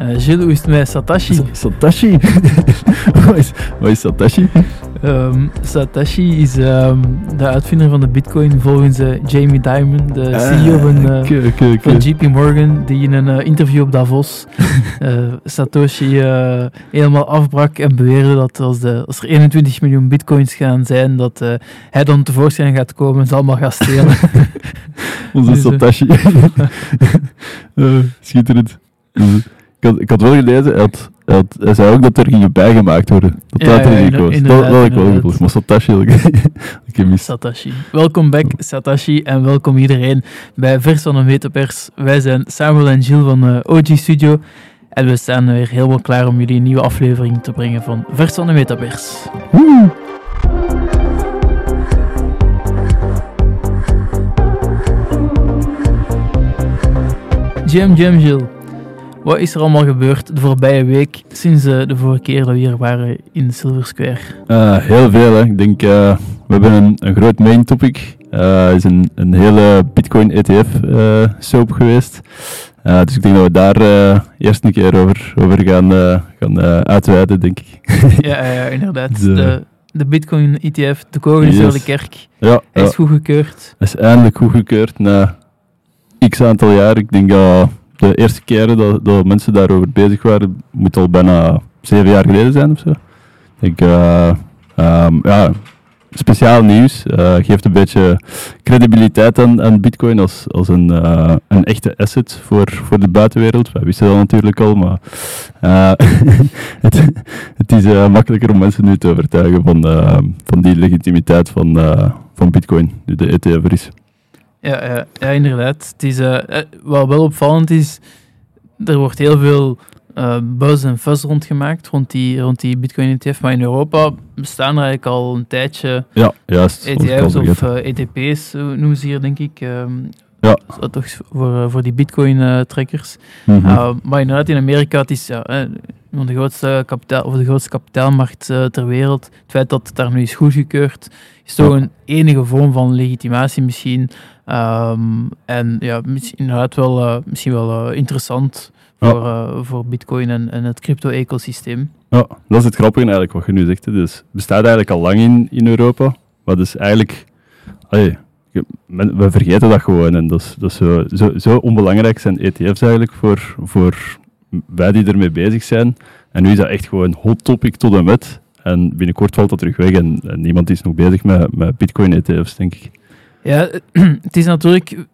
Gilles, hoe is het met Satoshi? Satoshi? Wat is Satoshi? Satoshi is de uitvinder van de Bitcoin volgens Jamie Dimon, de CEO van JP Morgan, die in een interview op Davos Satoshi helemaal afbrak en beweerde dat als er 21 miljoen bitcoins gaan zijn, dat hij dan tevoorschijn gaat komen en ze allemaal gaat stelen. Onze Satoshi. Schitterend. Ik had wel gelezen, hij zei ook dat er gingen bijgemaakt worden. Dat dat er risico's. Dat had ik wel gevolgd. Maar Satoshi had ik gemist. Welkom back, Satoshi, en welkom iedereen bij Vers van de Metapers. Wij zijn Samuel en Gilles van OG Studio en we staan weer helemaal klaar om jullie een nieuwe aflevering te brengen van Vers van de Metapers. Woe! Jam, Gilles. Wat is er allemaal gebeurd de voorbije week sinds de vorige keer dat we hier waren in Silver Square? Heel veel, hè. Ik denk, we hebben een groot main topic. Het is een hele Bitcoin ETF soap geweest. Dus ik denk dat we daar eerst een keer over gaan uitweiden, denk ik. ja, inderdaad. De Bitcoin ETF, de kogel door de kerk. Ja, hij is goedgekeurd. Hij is eindelijk goedgekeurd na x aantal jaar. Ik denk dat de eerste keren dat mensen daarover bezig waren, moet al bijna 7 jaar geleden zijn of zo. Ik speciaal nieuws. Geeft een beetje credibiliteit aan Bitcoin als een echte asset voor de buitenwereld. Wij wisten dat natuurlijk al, maar het is makkelijker om mensen nu te overtuigen van die legitimiteit van Bitcoin, nu de ETF er is. Ja, inderdaad. Het is, wat wel opvallend is, er wordt heel veel buzz en fuzz rondgemaakt rond die Bitcoin ETF, maar in Europa bestaan er eigenlijk al een tijdje ETF's of ETP's, noemen ze hier, denk ik. Toch voor die Bitcoin-trekkers. Mm-hmm. Maar inderdaad, in Amerika, het is de grootste kapitaalmarkt ter wereld. Het feit dat het daar nu is goedgekeurd, is toch een enige vorm van legitimatie misschien. En ja, inderdaad misschien wel interessant voor Bitcoin en het crypto-ecosysteem. Ja, dat is het grappige eigenlijk wat je nu zegt. Dus het bestaat eigenlijk al lang in Europa, maar dus eigenlijk... we vergeten dat gewoon en dat is zo onbelangrijk zijn ETF's eigenlijk voor wij die ermee bezig zijn. En nu is dat echt gewoon hot topic tot en met. En binnenkort valt dat terug weg en niemand is nog bezig met Bitcoin ETF's, denk ik. Ja, het is natuurlijk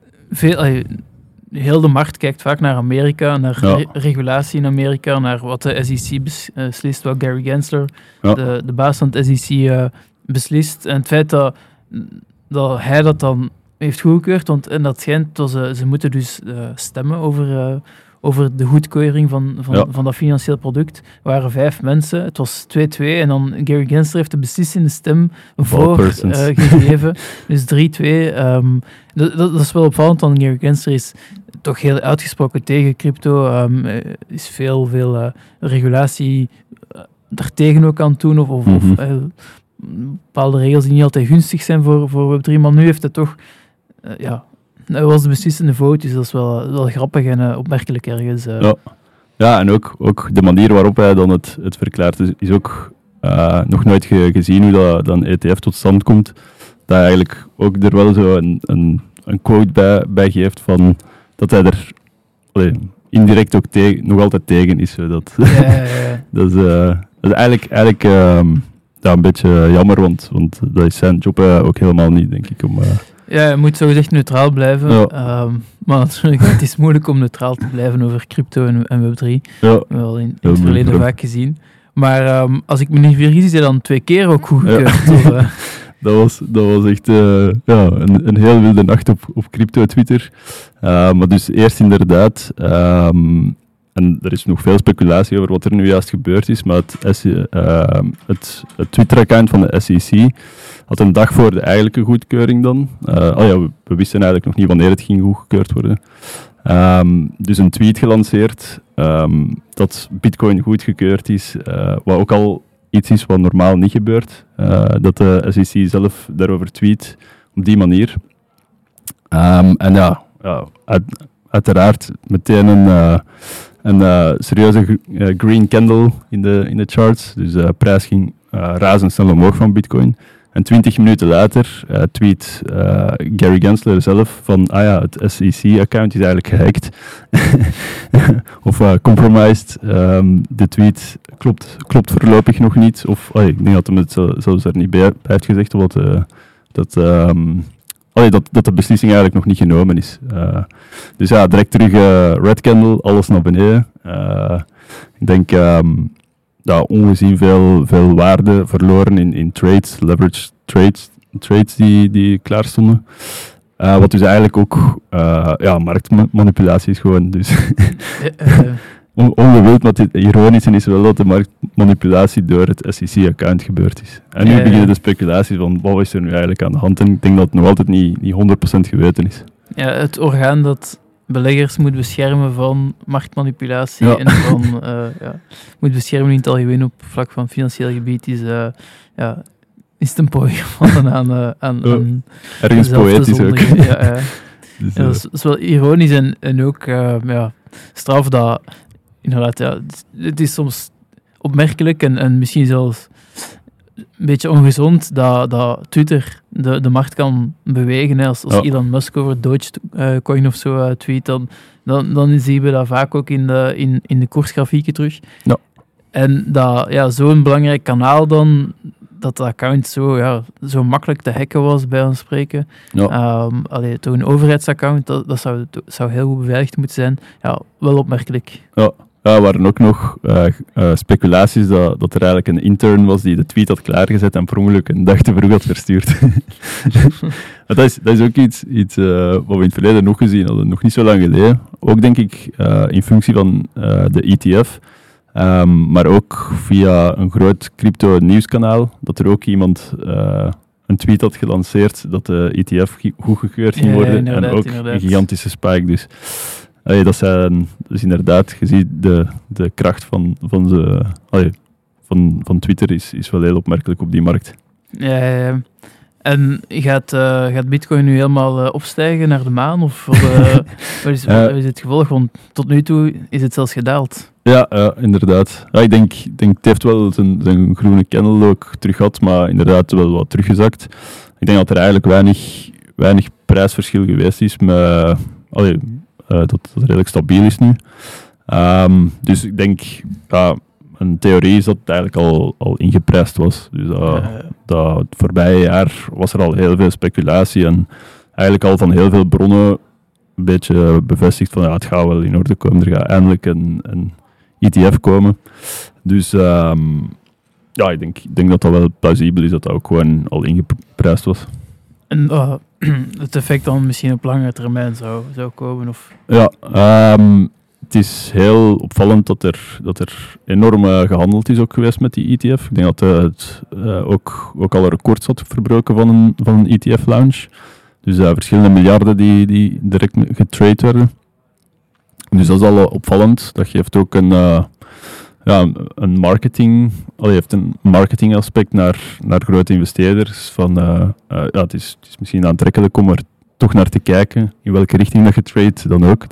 heel de markt kijkt vaak naar Amerika, naar regulatie in Amerika, naar wat de SEC beslist, wat Gary Gensler, de baas van het SEC, beslist. En het feit dat hij dat dan heeft goedgekeurd, en dat schijnt dat ze moeten dus stemmen over de goedkeuring van dat financieel product. Er waren 5 mensen, het was 2-2 en dan Gary Gensler heeft de beslissende stem voor gegeven. Dus 3-2. Dat is wel opvallend, want Gary Gensler is toch heel uitgesproken tegen crypto. Is veel regulatie daartegen ook aan het doen of bepaalde regels die niet altijd gunstig zijn voor Web3, maar nu heeft het toch... dat was de beslissende vote, dus dat is wel grappig en opmerkelijk ergens. Ja, en ook de manier waarop hij dan het verklaart is ook nog nooit gezien hoe dat een ETF tot stand komt. Dat hij eigenlijk ook er wel zo een quote bij geeft van dat hij er indirect ook nog altijd tegen is. Dat is eigenlijk een beetje jammer, want dat is zijn job ook helemaal niet, denk ik. Ja, je moet zogezegd neutraal blijven. Ja. Maar natuurlijk, het is moeilijk om neutraal te blijven over crypto en Web3. Ja. Wel in het verleden vaak gezien. Maar als ik me niet vergis, is hij dan 2 keer ook goedgekeurd. Dat was echt een heel wilde nacht op crypto-Twitter. Maar dus eerst inderdaad... en er is nog veel speculatie over wat er nu juist gebeurd is, maar het Twitter-account van de SEC had een dag voor de eigenlijke goedkeuring dan. We wisten eigenlijk nog niet wanneer het ging goedgekeurd worden. Dus een tweet gelanceerd dat Bitcoin goedgekeurd is, wat ook al iets is wat normaal niet gebeurt. Dat de SEC zelf daarover tweet op die manier. Uiteraard meteen een serieuze green candle in de charts. Dus de prijs ging razendsnel omhoog van Bitcoin. En 20 minuten later tweet Gary Gensler zelf van, het SEC-account is eigenlijk gehackt. Of compromised. De tweet klopt voorlopig nog niet. Of ik denk dat hem het zelfs er niet bij heeft gezegd, dat de beslissing eigenlijk nog niet genomen is. Dus direct terug red candle, alles naar beneden. Ik denk ongezien veel waarde verloren in trades, leverage trades die klaar stonden. Wat dus eigenlijk ook marktmanipulatie is gewoon. Dus ongewild, maar het ironische is wel dat de marktmanipulatie door het SEC-account gebeurd is. En nu beginnen de speculaties van wat is er nu eigenlijk aan de hand. En ik denk dat het nog altijd niet 100% geweten is. Ja, het orgaan dat beleggers moet beschermen van marktmanipulatie en van moet beschermen in het algemeen op vlak van financieel gebied is het een poging aan ergens poëtisch ook. Dus, dat is wel ironisch en ook straf dat inderdaad, het is soms opmerkelijk en misschien zelfs een beetje ongezond dat Twitter de markt kan bewegen. Hè. Als Elon Musk over Dogecoin of zo tweet, dan zien we dat vaak ook in de koersgrafieken terug. Ja. En dat zo'n belangrijk kanaal dan, dat account zo makkelijk te hacken was, bij ons spreken. Ja. Toch een overheidsaccount, dat zou heel goed beveiligd moeten zijn. Ja, wel opmerkelijk. Ja. Ja, er waren ook nog speculaties dat er eigenlijk een intern was die de tweet had klaargezet en per ongeluk een dag te vroeg had verstuurd. dat is ook iets wat we in het verleden nog gezien hadden, nog niet zo lang geleden. Ook denk ik in functie van de ETF, maar ook via een groot crypto nieuwskanaal, dat er ook iemand een tweet had gelanceerd dat de ETF goedgekeurd ging worden en ook een gigantische spike. Dus inderdaad, je ziet de kracht van Twitter is wel heel opmerkelijk op die markt. Ja. En gaat Bitcoin nu helemaal opstijgen naar de maan? Of wat is het gevolg? Want tot nu toe is het zelfs gedaald. Ja, inderdaad. Ja, ik denk het heeft wel zijn groene candle ook terug gehad, maar inderdaad wel wat teruggezakt. Ik denk dat er eigenlijk weinig prijsverschil geweest is met... dat het redelijk stabiel is nu. Dus ik denk, een theorie is dat het eigenlijk al ingeprijsd was. Dus dat het voorbije jaar was er al heel veel speculatie en eigenlijk al van heel veel bronnen een beetje bevestigd van het gaat wel in orde komen. Er gaat eindelijk een ETF komen. Dus ik denk dat wel plausibel is dat ook gewoon al ingeprijsd was. En het effect dan misschien op lange termijn zou komen? Of? Ja, het is heel opvallend dat er enorm gehandeld is ook geweest met die ETF. Ik denk dat het ook al records had verbroken van een ETF-launch. Dus verschillende miljarden die direct getrade werden. Dus dat is al opvallend. Dat geeft ook een marketing... heeft een marketingaspect naar grote investeerders. Het is misschien aantrekkelijk om er toch naar te kijken. In welke richting dat je trade dan ook.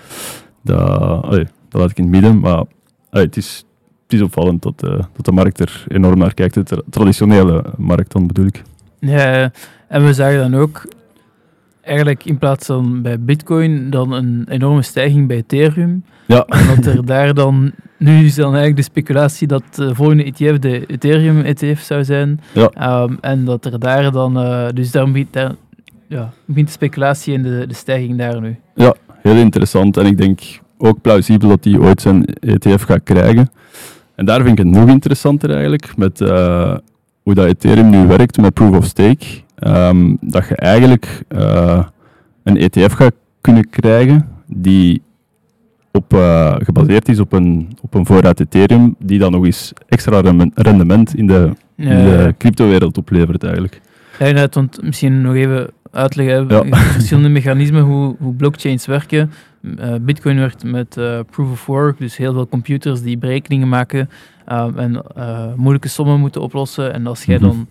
Dat laat ik in het midden. Maar het is opvallend dat de markt er enorm naar kijkt. De traditionele markt dan bedoel ik. Ja, en we zagen dan ook... Eigenlijk in plaats van bij Bitcoin dan een enorme stijging bij Ethereum. Ja. En dat er daar dan... Nu is dan eigenlijk de speculatie dat de volgende ETF de Ethereum-ETF zou zijn. Ja. En dat er daar dan... dus daar begint de speculatie en de stijging daar nu. Ja, heel interessant. En ik denk ook plausibel dat die ooit zijn ETF gaat krijgen. En daar vind ik het nog interessanter eigenlijk. Met hoe dat Ethereum nu werkt met Proof of Stake. Dat je eigenlijk een ETF gaat kunnen krijgen die gebaseerd is op een voorraad Ethereum, die dan nog eens extra rendement in de cryptowereld oplevert eigenlijk. Ja, inderdaad, want misschien nog even uitleggen, verschillende mechanismen hoe blockchains werken. Bitcoin werkt met Proof of Work, dus heel veel computers die berekeningen maken en moeilijke sommen moeten oplossen. En als jij dan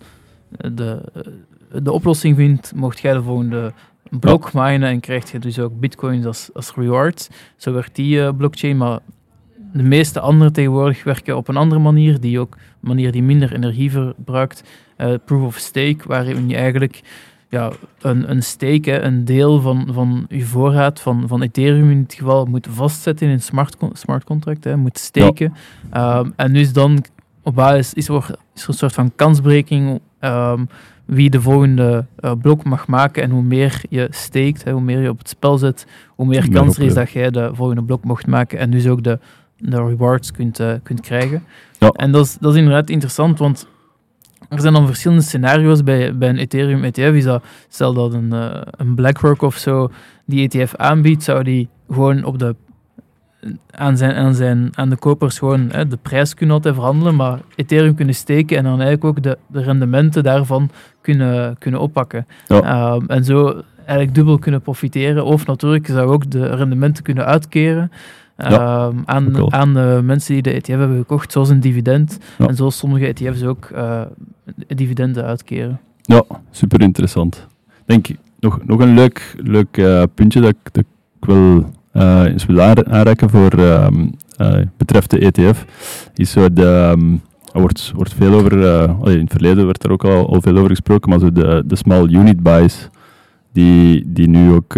de oplossing vindt, mocht jij de volgende blok minen en krijg je dus ook bitcoins als reward. Zo werkt die blockchain, maar de meeste anderen tegenwoordig werken op een andere manier, een manier die minder energie verbruikt. Proof of stake, waarin je eigenlijk een stake, een deel van je voorraad van Ethereum in dit geval, moet vastzetten in een smart contract, moet steken. Ja. En dus dan op basis is er een soort van kansberekening wie de volgende blok mag maken en hoe meer je steekt, hoe meer je op het spel zet, hoe meer kans er is dat jij de volgende blok mocht maken en dus ook de rewards kunt krijgen. Ja. En dat is inderdaad interessant, want er zijn dan verschillende scenario's bij een Ethereum ETF. Stel dat een BlackRock of zo die ETF aanbiedt, zou die gewoon aan de kopers gewoon de prijs kunnen altijd verhandelen, maar Ethereum kunnen steken en dan eigenlijk ook de rendementen daarvan kunnen oppakken. Ja. En zo eigenlijk dubbel kunnen profiteren. Of natuurlijk zou ook de rendementen kunnen uitkeren. Aan de mensen die de ETF hebben gekocht, zoals een dividend. Ja. En zoals sommige ETF's ook dividenden uitkeren. Ja, super interessant. Denk nog een leuk puntje dat ik wil eens wil aanreiken voor betreft de ETF. Is zo er wordt veel over, in het verleden werd er ook al veel over gesproken, maar zo de small unit buys die nu ook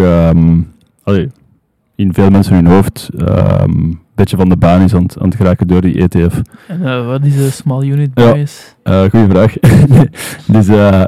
in veel mensen hun hoofd een beetje van de baan is aan het geraken door die ETF. En wat is een small unit bias? Goeie vraag. Dus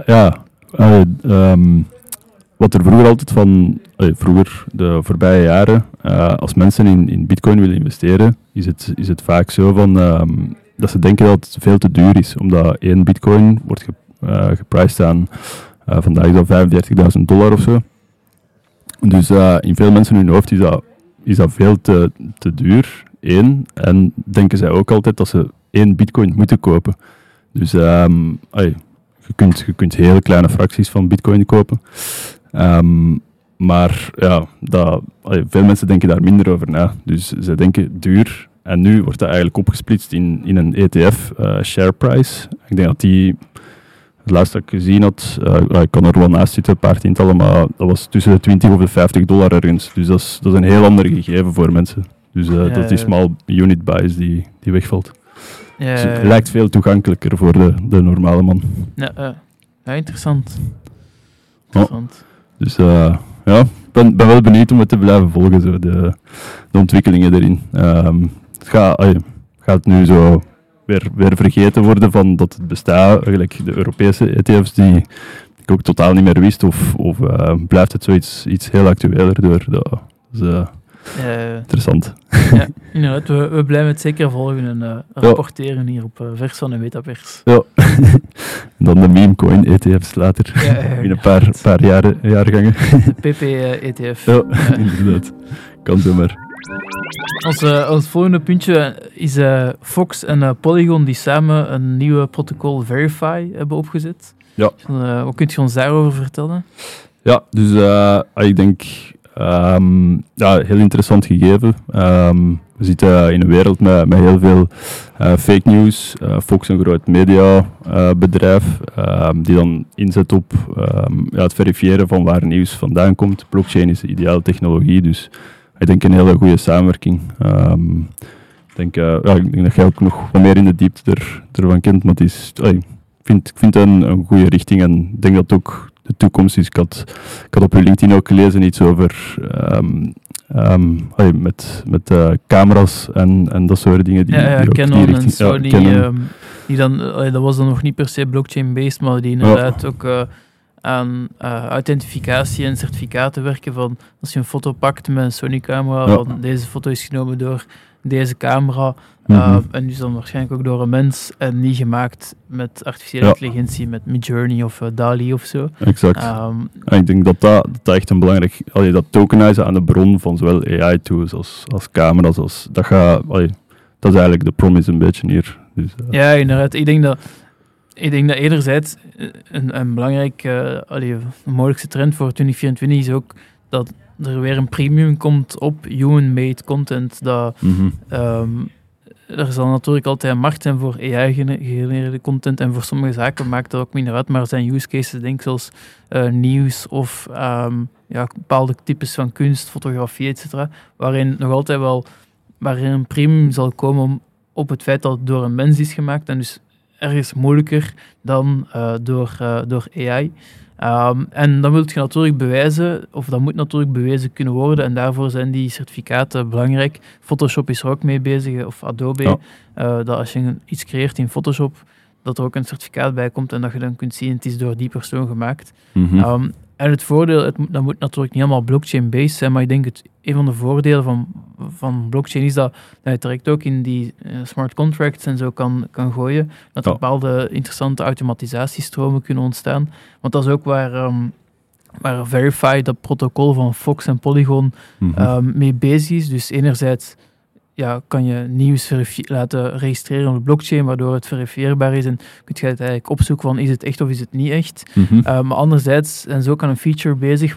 wat er vroeger altijd de voorbije jaren, als mensen in bitcoin willen investeren, is het vaak zo van dat ze denken dat het veel te duur is, omdat 1 bitcoin wordt gepriced aan vandaag is dat $35.000 of zo. Dus in veel mensen in hun hoofd is dat veel te duur, en denken zij ook altijd dat ze 1 bitcoin moeten kopen. Dus je kunt hele kleine fracties van bitcoin kopen. Maar ja, veel mensen denken daar minder over na. Dus zij denken duur. En nu wordt dat eigenlijk opgesplitst in een ETF, share price. Ik denk dat die, het laatste dat ik gezien had, ik kan er wel naast zitten, een paar tientallen, maar dat was tussen de $20 of de $50 ergens. Dus dat is een heel ander gegeven voor mensen. Dus dat is die small unit bias die wegvalt. Ja, dus het lijkt veel toegankelijker voor de normale man. Ja, interessant. Dus ik ben wel benieuwd om het te blijven volgen, zo de ontwikkelingen erin. Gaat nu zo weer vergeten worden van dat het bestaat, eigenlijk de Europese ETF's die ik ook totaal niet meer wist, of blijft het zoiets iets heel actueler door? Interessant. Ja, inderdaad, we blijven het zeker volgen en rapporteren hier op Vers van de Metapers. Ja, en dan de memecoin ETF's later, in een paar jaargangen. De PP-ETF. Ja, inderdaad. Kan zomaar. Ons volgende puntje is Fox en Polygon die samen een nieuwe protocol Verify hebben opgezet. Ja. Wat kunt je ons daarover vertellen? Ja, dus ik denk heel interessant gegeven. We zitten in een wereld met heel veel fake news. Fox, een groot mediabedrijf, die dan inzet op het verifiëren van waar nieuws vandaan komt. Blockchain is de ideale technologie, dus ik denk een hele goede samenwerking. Ik denk dat jij ook nog wat meer in de diepte ervan kent, maar ik vind het een goede richting en ik denk dat het ook de toekomst is. Ik had op uw LinkedIn ook gelezen iets over met camera's en dat soort dingen. Canon en Sony, die dan, dat was dan nog niet per se blockchain-based, maar die inderdaad ook aan identificatie en certificaten werken van als je een foto pakt met een Sony-camera, van deze foto is genomen door deze camera, en dus dan waarschijnlijk ook door een mens en niet gemaakt met artificiële intelligentie, met Midjourney of DALL-E of zo. Exact. Ik denk dat echt een belangrijk, dat tokenizen aan de bron van zowel AI-tools als camera's, dat is eigenlijk de promise een beetje hier. Dus, ja, inderdaad. Ik denk dat enerzijds een belangrijk, de mogelijkste trend voor 2024 is ook dat er weer een premium komt op human-made content. Er zal natuurlijk altijd een markt zijn voor AI-gegenereerde content en voor sommige zaken maakt dat ook minder uit, maar er zijn use cases, denk ik, zoals nieuws of bepaalde types van kunst, fotografie, etc., waarin nog altijd wel waarin een premium zal komen op het feit dat het door een mens is gemaakt en dus ergens moeilijker dan door AI. En dan wil je natuurlijk bewijzen, of dat moet natuurlijk bewezen kunnen worden, en daarvoor zijn die certificaten belangrijk. Photoshop is er ook mee bezig, of Adobe, dat als je iets creëert in Photoshop, dat er ook een certificaat bij komt en dat je dan kunt zien, het is door die persoon gemaakt. Mm-hmm. En het voordeel, dat moet natuurlijk niet helemaal blockchain-based zijn, maar ik denk een van de voordelen van blockchain is dat je het direct ook in die smart contracts en zo kan gooien, dat er bepaalde interessante automatisatiestromen kunnen ontstaan. Want dat is ook waar Verify, dat protocol van Fox en Polygon, mee bezig is. Dus enerzijds kan je nieuws laten registreren op de blockchain, waardoor het verifieerbaar is en kun je het eigenlijk opzoeken van is het echt of is het niet echt. Maar anderzijds, en zo kan een feature bezig,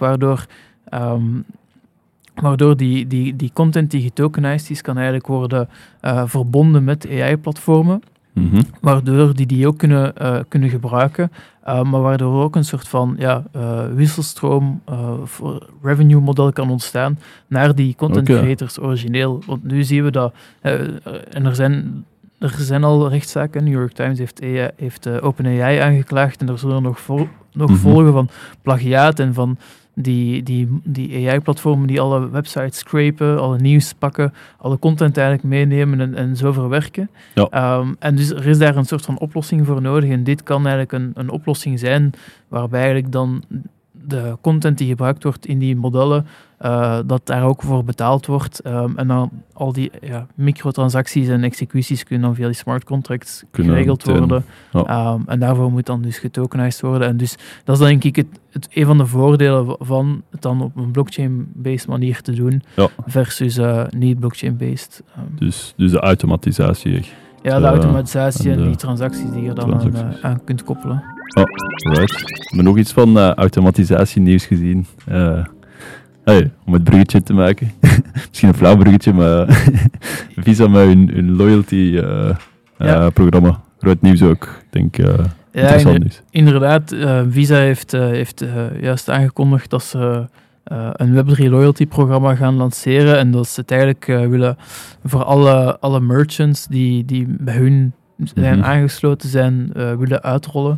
waardoor die content die getokenized is, kan eigenlijk worden verbonden met AI-platformen. Waardoor die ook kunnen gebruiken, maar waardoor ook een soort van wisselstroom voor revenue model kan ontstaan naar die content creators origineel. Want nu zien we dat, en er zijn al rechtszaken, New York Times heeft OpenAI aangeklaagd en er zullen nog volgen van plagiaat en van die AI-platformen die alle websites scrapen, alle nieuws pakken, alle content eigenlijk meenemen en zo verwerken. En dus er is daar een soort van oplossing voor nodig. En dit kan eigenlijk een oplossing zijn waarbij eigenlijk dan de content die gebruikt wordt in die modellen, dat daar ook voor betaald wordt. En dan al die microtransacties en executies kunnen dan via die smart contracts geregeld worden. En daarvoor moet dan dus getokenized worden. En dus dat is dan denk ik een van de voordelen van het dan op een blockchain-based manier te doen, versus niet blockchain-based. Dus de automatisatie. Ja, de automatisatie en die transacties die je dan aan kunt koppelen. Right. We hebben nog iets van automatisatie nieuws gezien. Om het bruggetje te maken. Misschien een flauw bruggetje, maar Visa met hun loyalty programma. Groot nieuws ook. Ik denk interessant nieuws. Inderdaad, Visa heeft juist aangekondigd dat ze een Web3 loyalty programma gaan lanceren en dat ze het eigenlijk willen voor alle merchants die bij hun zijn aangesloten zijn, willen uitrollen.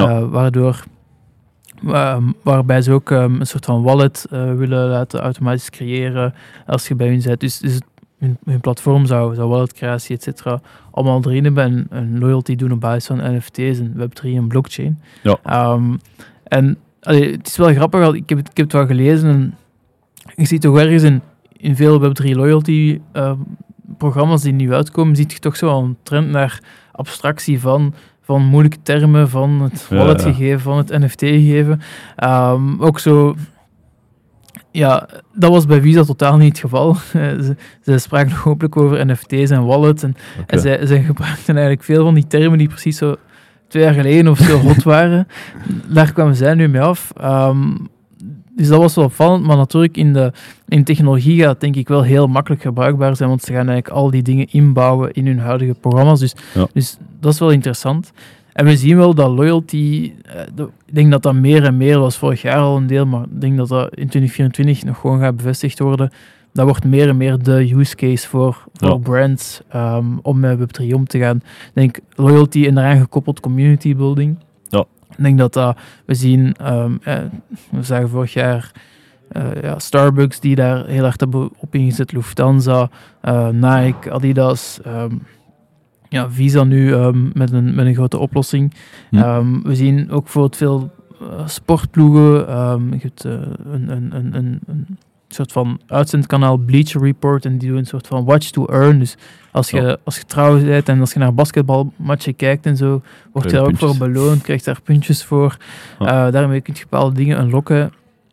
Waarbij ze ook een soort van wallet willen laten automatisch creëren als je bij hun bent. Dus hun platform zou walletcreatie, et cetera, allemaal erin hebben en loyalty doen op basis van NFT's en Web3 en blockchain. En het is wel grappig, ik heb het wel gelezen en je ziet toch ergens in veel Web3 loyalty programma's die nu uitkomen, zie je toch zo een trend naar abstractie van moeilijke termen, van het wallet-gegeven, van het NFT-gegeven. Ook zo... Ja, dat was bij Visa totaal niet het geval. Ze spraken nog hopelijk over NFT's en wallets. En zij gebruikten eigenlijk veel van die termen die precies zo 2 jaar geleden of zo hot waren. Daar kwamen zij nu mee af. Dus dat was wel opvallend, maar natuurlijk in technologie gaat het denk ik wel heel makkelijk gebruikbaar zijn, want ze gaan eigenlijk al die dingen inbouwen in hun huidige programma's. Dus dat is wel interessant. En we zien wel dat loyalty, ik denk dat dat meer en meer was vorig jaar al een deel, maar ik denk dat dat in 2024 nog gewoon gaat bevestigd worden. Dat wordt meer en meer de use case voor brands om met Web3 om te gaan. Ik denk loyalty en daaraan gekoppeld community building. Ik denk dat we zien, we zagen vorig jaar Starbucks die daar heel erg op ingezet, Lufthansa, Nike, Adidas, Visa nu met een grote oplossing. We zien ook bijvoorbeeld veel sportploegen. Je hebt een soort van uitzendkanaal Bleacher Report en die doen een soort van watch to earn. Dus als je trouw bent en als je naar basketbalmatchen kijkt en zo, word je daar ook voor beloond, krijg je daar puntjes voor. Daarmee kun je bepaalde dingen unlocken.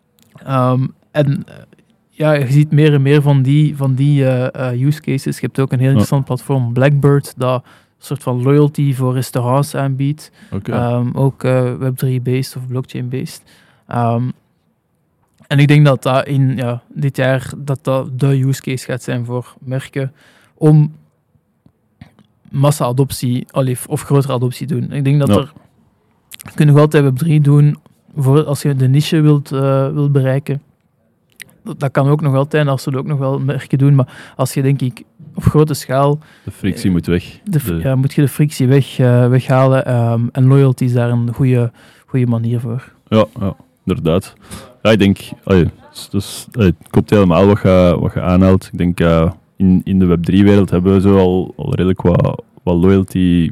Je ziet meer en meer van die use cases. Je hebt ook een heel interessant platform, Blackbird, dat een soort van loyalty voor restaurants aanbiedt. Ook Web3-based of blockchain-based. En ik denk dat in dit jaar dat de use case gaat zijn voor merken om massa-adoptie of grotere adoptie te doen. Ik denk dat je kunt nog altijd Web3 doen voor als je de niche wilt bereiken. dat kan ook nog altijd, als ze het ook nog wel merken doen, maar als je denk ik op grote schaal... De frictie moet weg. Moet je de frictie weghalen en loyalty is daar een goede manier voor. Ja, inderdaad. Ja, ik denk, dus, het klopt helemaal wat je aanhaalt. Ik denk, in de Web3-wereld hebben we zo al redelijk wat loyalty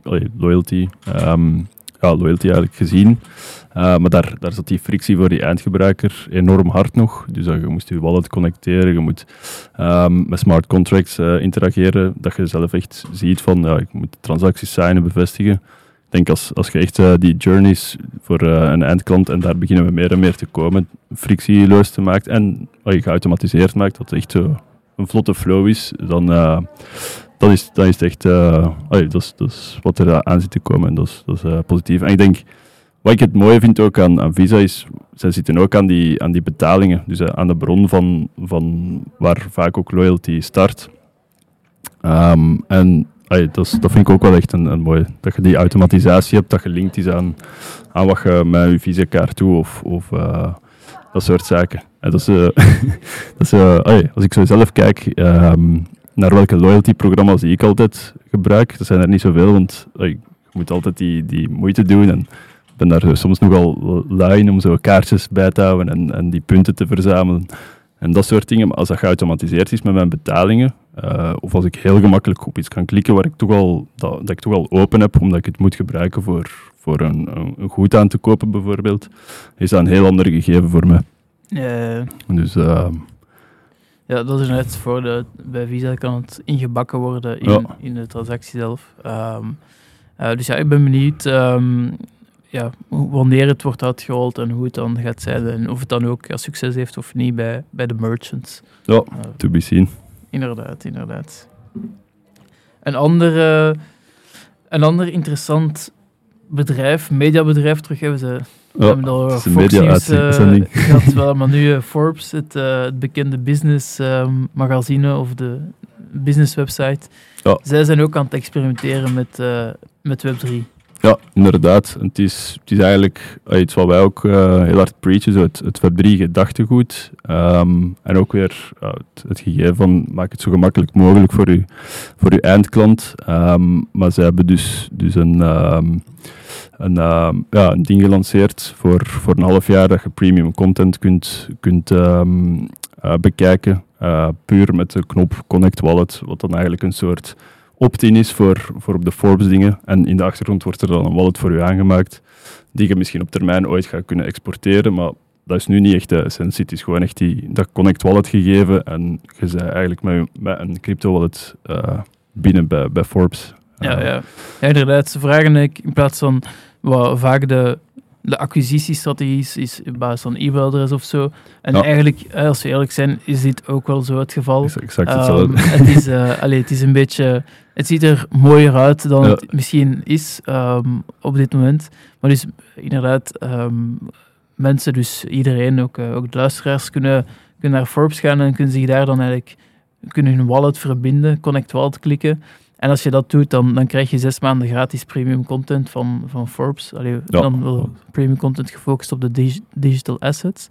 eigenlijk gezien. Maar daar zat die frictie voor die eindgebruiker enorm hard nog. Dus je moest je wallet connecteren, je moet met smart contracts interageren, dat je zelf echt ziet van, ik moet transacties signen, bevestigen. Ik denk als je echt die journeys voor een eindklant, en daar beginnen we meer en meer te komen, frictieloos te maken en geautomatiseerd maakt, wat echt een vlotte flow is, dan is het echt dat is wat er aan zit te komen en dat is positief. En ik denk, wat ik het mooie vind ook aan Visa is, zij zitten ook aan die betalingen, dus aan de bron van waar vaak ook loyalty start. En dat vind ik ook wel echt een mooie, dat je die automatisatie hebt, dat gelinkt is aan wat je met je Visa-kaart doet of dat soort zaken. En dat is als ik zo zelf kijk naar welke loyalty-programma's die ik altijd gebruik, dat zijn er niet zoveel, want je moet altijd die moeite doen en ik ben daar soms nogal lui in om zo kaartjes bij te houden en die punten te verzamelen en dat soort dingen. Maar als dat geautomatiseerd is met mijn betalingen, of als ik heel gemakkelijk op iets kan klikken waar ik dat ik toch al open heb, omdat ik het moet gebruiken voor een goed aan te kopen bijvoorbeeld, is dat een heel ander gegeven voor mij. Dus... ja, dat is net bij Visa kan het ingebakken worden in de transactie zelf. Dus ik ben benieuwd wanneer het wordt uitgerold en hoe het dan gaat zijn en of het dan ook succes heeft of niet bij de merchants. Ja, to be seen. Inderdaad. Een ander interessant bedrijf, mediabedrijf, terug hebben ze... We hebben al Fox News gehad, maar nu Forbes, het bekende business magazine of de business website. Ja. Zij zijn ook aan het experimenteren met Web3. Ja, inderdaad. En het is eigenlijk iets wat wij ook heel hard preachen, zo het Web3 gedachtegoed. En ook weer het gegeven van maak het zo gemakkelijk mogelijk voor uw eindklant. Maar zij hebben dus een ding gelanceerd voor een half jaar dat je premium content kunt bekijken. Puur met de knop Connect Wallet, wat dan eigenlijk een soort opt-in is voor op de Forbes dingen. En in de achtergrond wordt er dan een wallet voor je aangemaakt, die je misschien op termijn ooit gaat kunnen exporteren, maar dat is nu niet echt de essentie. Het is gewoon echt dat Connect Wallet gegeven en je bent eigenlijk met een crypto wallet binnen bij Forbes. Ja, inderdaad. Ze vragen in plaats van wat vaak de acquisitiestrategie is op basis van e-mailadres of zo. En eigenlijk, als we eerlijk zijn, is dit ook wel zo het geval. Exact hetzelfde. Het is een beetje... Het ziet er mooier uit dan het misschien is op dit moment. Maar dus inderdaad, mensen, dus iedereen, ook de luisteraars, kunnen naar Forbes gaan en kunnen zich daar dan eigenlijk hun wallet verbinden, Connect Wallet klikken. En als je dat doet, dan krijg je 6 maanden gratis premium content van Forbes. Dan wel premium content gefocust op de digital assets.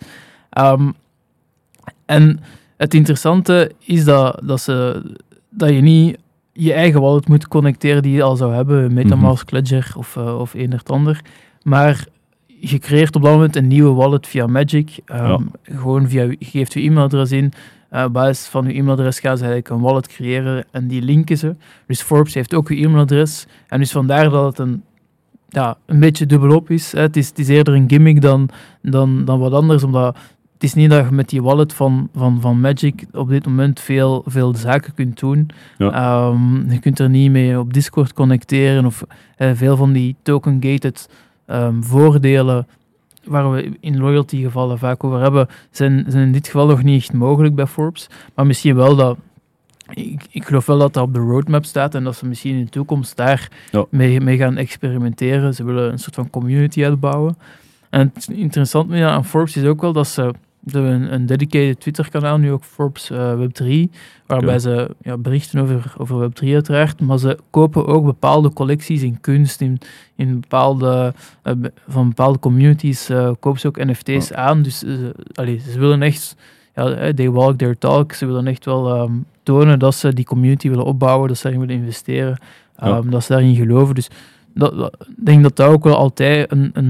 En het interessante is dat je niet je eigen wallet moet connecteren die je al zou hebben, MetaMask, Ledger of een of ander. Maar je creëert op dat moment een nieuwe wallet via Magic. Gewoon je geeft je e-mailadres in. Op basis van uw e-mailadres gaan ze eigenlijk een wallet creëren en die linken ze. Dus Forbes heeft ook uw e-mailadres. En dus vandaar dat het een beetje dubbelop is. Het is eerder een gimmick dan wat anders, omdat het is niet dat je met die wallet van Magic op dit moment veel zaken kunt doen. Ja. Je kunt er niet mee op Discord connecteren of veel van die token-gated voordelen waar we in loyalty gevallen vaak over hebben, zijn in dit geval nog niet echt mogelijk bij Forbes. Maar misschien wel dat... Ik geloof wel dat dat op de roadmap staat en dat ze misschien in de toekomst daar mee gaan experimenteren. Ze willen een soort van community uitbouwen. En het interessante aan Forbes is ook wel dat ze hebben een dedicated Twitter-kanaal, nu ook Forbes Web3, waarbij ze berichten over Web3 uiteraard, maar ze kopen ook bepaalde collecties in kunst, in van bepaalde communities kopen ze ook NFT's aan. Dus ze willen echt they walk their talk. Ze willen echt wel tonen dat ze die community willen opbouwen, dat ze daarin willen investeren, dat ze daarin geloven. Dus ik denk dat ook wel altijd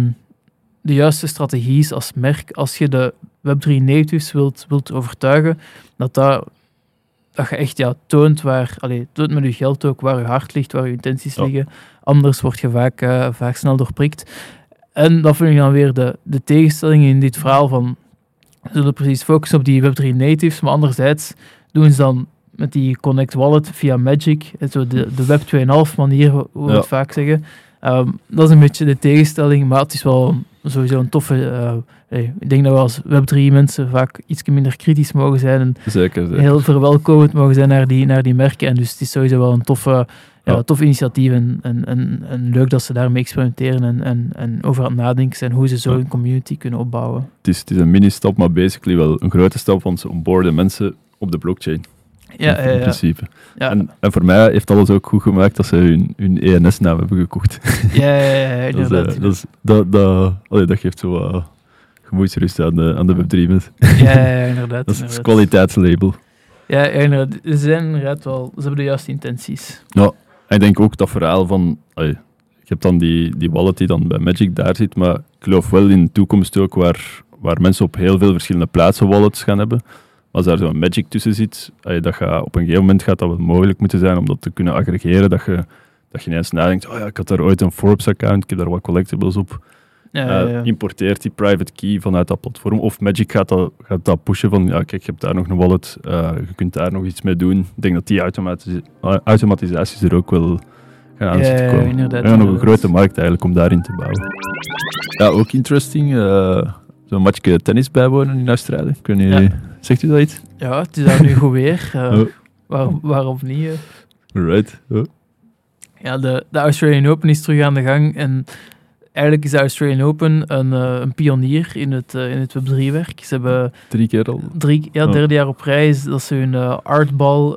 de juiste strategie is als merk. Als je de Web3 natives wilt overtuigen, dat je echt toont toont met je geld ook waar je hart ligt, waar je intenties liggen. Anders word je vaak snel doorprikt. En dat vind ik dan weer de tegenstelling in dit verhaal van ze zullen precies focussen op die Web3 natives, maar anderzijds doen ze dan met die Connect Wallet via Magic, zo de Web 2.5 manier, hoe we het vaak zeggen. Dat is een beetje de tegenstelling, maar het is wel sowieso een toffe... ik denk dat we als Web3 mensen vaak iets minder kritisch mogen zijn en zeker. heel verwelkomend mogen zijn naar die merken. En dus het is sowieso wel een tof initiatief en leuk dat ze daarmee experimenteren en over aan het nadenken zijn hoe ze zo een community kunnen opbouwen. Het is een mini-stap, maar basically wel een grote stap, want ze onboarden mensen op de blockchain. In principe. Ja. En voor mij heeft alles ook goed gemaakt dat ze hun ENS-naam hebben gekocht. Ja, inderdaad. Dat geeft zo gemoedsrust aan de Web3-mensen. Ja, inderdaad. Dat is het kwaliteitslabel. Ja, inderdaad. Ze zijn inderdaad wel... Ze hebben de juiste intenties. Ja, en ik denk ook dat verhaal van... je hebt dan die wallet die dan bij Magic daar zit, maar ik geloof wel in de toekomst ook waar mensen op heel veel verschillende plaatsen wallets gaan hebben. Als daar zo'n Magic tussen zit, op een gegeven moment gaat dat wel mogelijk moeten zijn om dat te kunnen aggregeren, dat je ineens nadenkt, ik had daar ooit een Forbes-account, ik heb daar wat collectibles op. Importeert die private key vanuit dat platform. Of Magic gaat dat pushen van, kijk, je hebt daar nog een wallet, je kunt daar nog iets mee doen. Ik denk dat die automatisaties er ook wel gaan aan zitten komen. Inderdaad, nog een grote markt eigenlijk om daarin te bouwen. Ja, ook interesting. Zo'n matchje tennis bijwonen in Australië. Ik weet niet, zegt u dat iets? Ja, het is daar nu goed weer. Waarom niet? Right. Ja, de Australian Open is terug aan de gang en eigenlijk is de Australian Open een pionier in het Web3-werk. Ze hebben 3 keer al? Derde jaar op rij is dat ze hun Artball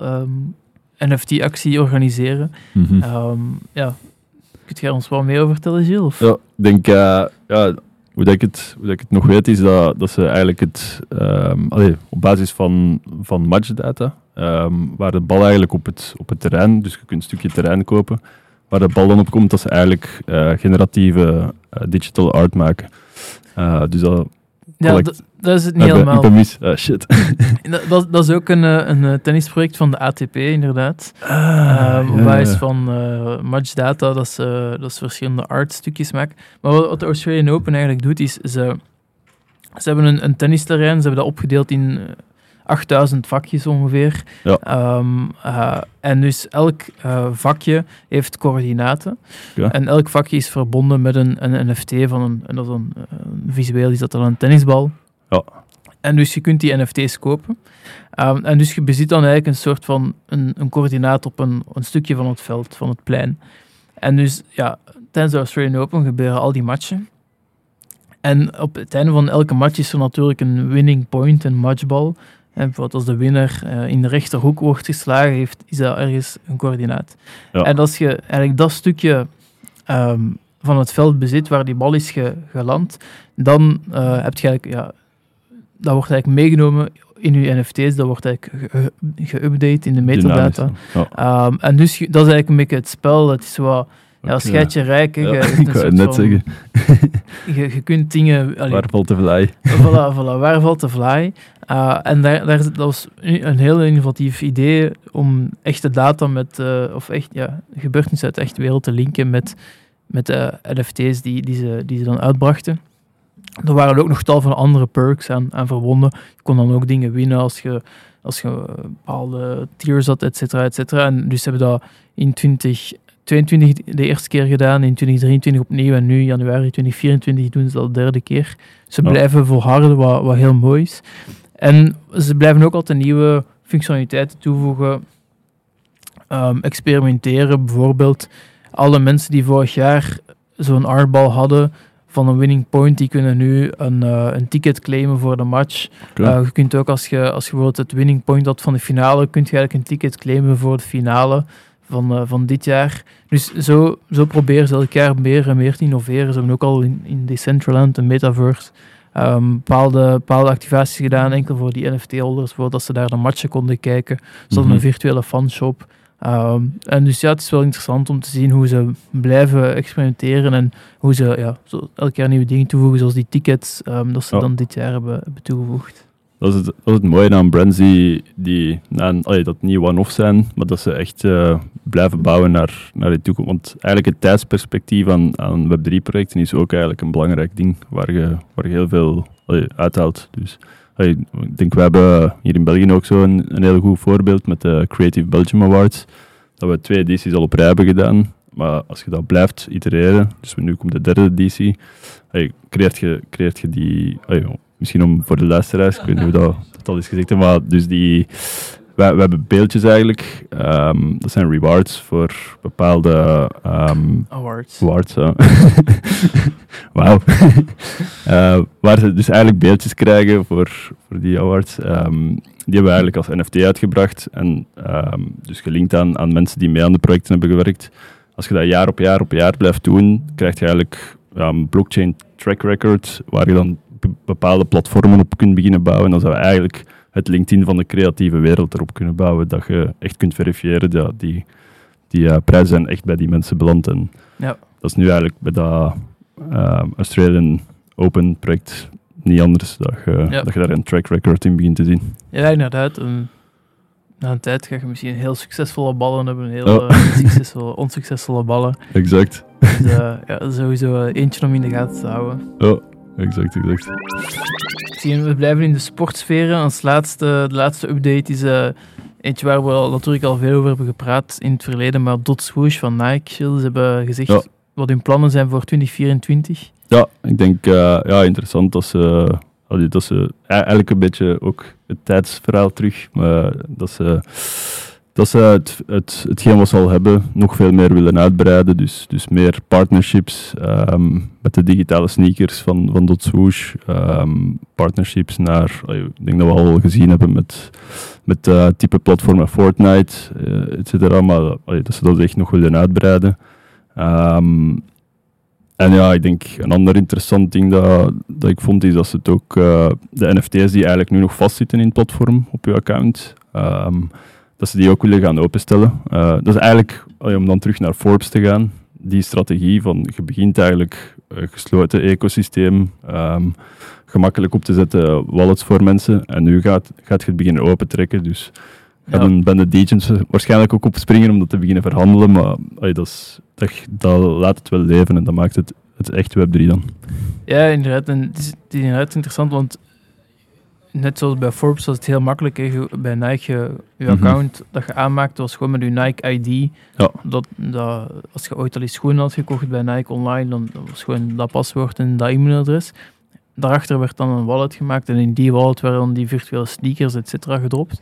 NFT-actie organiseren. Mm-hmm. Kun jij ons wel meer over vertellen, Gilles? Of? Ja, ik denk... Hoe ik het nog weet, is dat ze eigenlijk op basis van matchdata, waar de bal eigenlijk op het terrein, dus je kunt een stukje terrein kopen, waar de bal dan op komt, dat ze eigenlijk generatieve digital art maken. Dus dat... Dat is het niet helemaal. Ik ben mis. Shit. Dat is ook een tennisproject van de ATP, inderdaad. Op basis van matchdata, dat ze verschillende artstukjes maken. Maar wat de Australian Open eigenlijk doet, is ze hebben een tennisterrein, ze hebben dat opgedeeld in 8000 vakjes ongeveer. Ja. En dus elk vakje heeft coördinaten. Ja. En elk vakje is verbonden met een NFT van visueel is dat dan een tennisbal. Ja. En dus je kunt die NFT's kopen. En dus je bezit dan eigenlijk een soort van een coördinaat op een stukje van het veld, van het plein. En dus tijdens de Australian Open gebeuren al die matchen. En op het einde van elke match is er natuurlijk een winning point, een matchbal. En bijvoorbeeld als de winnaar in de rechterhoek wordt geslagen, is dat ergens een coördinaat. Ja. En als je eigenlijk dat stukje van het veld bezit waar die bal is geland, dan heb je eigenlijk, dat wordt eigenlijk meegenomen in je NFT's, dat wordt eigenlijk geüpdate in de metadata. Ja. En dus dat is eigenlijk een beetje het spel, het is zo scheidje rijk. Ik wou het net zeggen. Je kunt dingen... Waar valt de fly? Voilà, waar valt de fly? En dat was een heel innovatief idee om echte data met, gebeurtenissen uit de echte wereld te linken met NFT's die ze dan uitbrachten. Er waren ook nog tal van andere perks aan verbonden. Je kon dan ook dingen winnen als je bepaalde tiers had, et cetera. En dus hebben dat in 2022 de eerste keer gedaan, in 2023 opnieuw en nu in januari 2024 doen ze dat de derde keer. Ze blijven volharden, wat heel mooi is. En ze blijven ook altijd nieuwe functionaliteiten toevoegen. Experimenteren, bijvoorbeeld alle mensen die vorig jaar zo'n artbal hadden van een winning point, die kunnen nu een ticket claimen voor de match. Je kunt ook, als je bijvoorbeeld het winning point had van de finale, kun je eigenlijk een ticket claimen voor de finale van dit jaar. Dus zo proberen ze elk jaar meer en meer te innoveren. Ze hebben ook al in Decentraland een metaverse bepaalde activaties gedaan, enkel voor die NFT-holders, voordat ze daar de matchen konden kijken. Ze hadden een virtuele fanshop. En dus ja, het is wel interessant om te zien hoe ze blijven experimenteren en hoe ze zo elk jaar nieuwe dingen toevoegen, zoals die tickets, dat ze dan dit jaar hebben toegevoegd. Dat is het mooie aan brands die dat niet one-off zijn, maar dat ze echt blijven bouwen naar de toekomst. Want eigenlijk het tijdsperspectief aan Web3-projecten is ook eigenlijk een belangrijk ding waar je heel veel uithaalt. Dus ik denk, we hebben hier in België ook zo een heel goed voorbeeld met de Creative Belgium Awards, dat we 2 edities al op rij hebben gedaan. Maar als je dat blijft itereren, dus nu komt de 3e editie, creëert je die... misschien om voor de luisteraars, ik weet niet hoe dat al is gezegd, maar dus we hebben beeldjes eigenlijk, dat zijn rewards voor bepaalde awards. Wauw. Waar ze dus eigenlijk beeldjes krijgen voor die awards. Die hebben we eigenlijk als NFT uitgebracht en dus gelinkt aan mensen die mee aan de projecten hebben gewerkt. Als je dat jaar op jaar blijft doen, krijg je eigenlijk een blockchain track record waar je dan bepaalde platformen op kunt beginnen bouwen. Dan zou je eigenlijk het LinkedIn van de creatieve wereld erop kunnen bouwen, dat je echt kunt verifiëren dat die prijzen zijn echt bij die mensen beland. En dat is nu eigenlijk bij dat Australian Open project niet anders, dat je daar een track record in begint te zien. Ja, inderdaad. Na een tijd ga je misschien heel succesvolle ballen hebben, heel onsuccesvolle ballen. Exact. Dus sowieso eentje om in de gaten te houden. Oh. Exact. We blijven in de sportsferen. De laatste update is eentje waar we natuurlijk al veel over hebben gepraat in het verleden, maar Swoosh van Nike. Ze hebben gezegd wat hun plannen zijn voor 2024. Ja, ik denk interessant dat ze eigenlijk een beetje ook het tijdsverhaal terug, maar dat ze hetgeen wat ze al hebben nog veel meer willen uitbreiden. Dus meer partnerships met de digitale sneakers van Swoosh. Partnerships naar, ik denk dat we al gezien hebben met type platformen Fortnite, et cetera. Maar dat ze dat echt nog willen uitbreiden. En ik denk een ander interessant ding dat ik vond, is dat ze het ook de NFT's die eigenlijk nu nog vastzitten in het platform op je account, dat ze die ook willen gaan openstellen. Dat is eigenlijk, om dan terug naar Forbes te gaan, die strategie van je begint eigenlijk een gesloten ecosysteem gemakkelijk op te zetten wallets voor mensen en nu gaat je het beginnen opentrekken. Dus gaan de DJ's waarschijnlijk ook op springen om dat te beginnen verhandelen, maar dat laat het wel leven en dat maakt het echt Web3 dan. Ja, inderdaad. En het is inderdaad interessant, want net zoals bij Forbes was het heel makkelijk. Hè. Bij Nike, je account dat je aanmaakt, was gewoon met je Nike ID. Ja. Dat, als je ooit al eens schoenen had gekocht bij Nike online, dan was gewoon dat paswoord en dat e-mailadres. Daarachter werd dan een wallet gemaakt en in die wallet werden dan die virtuele sneakers, et cetera, gedropt.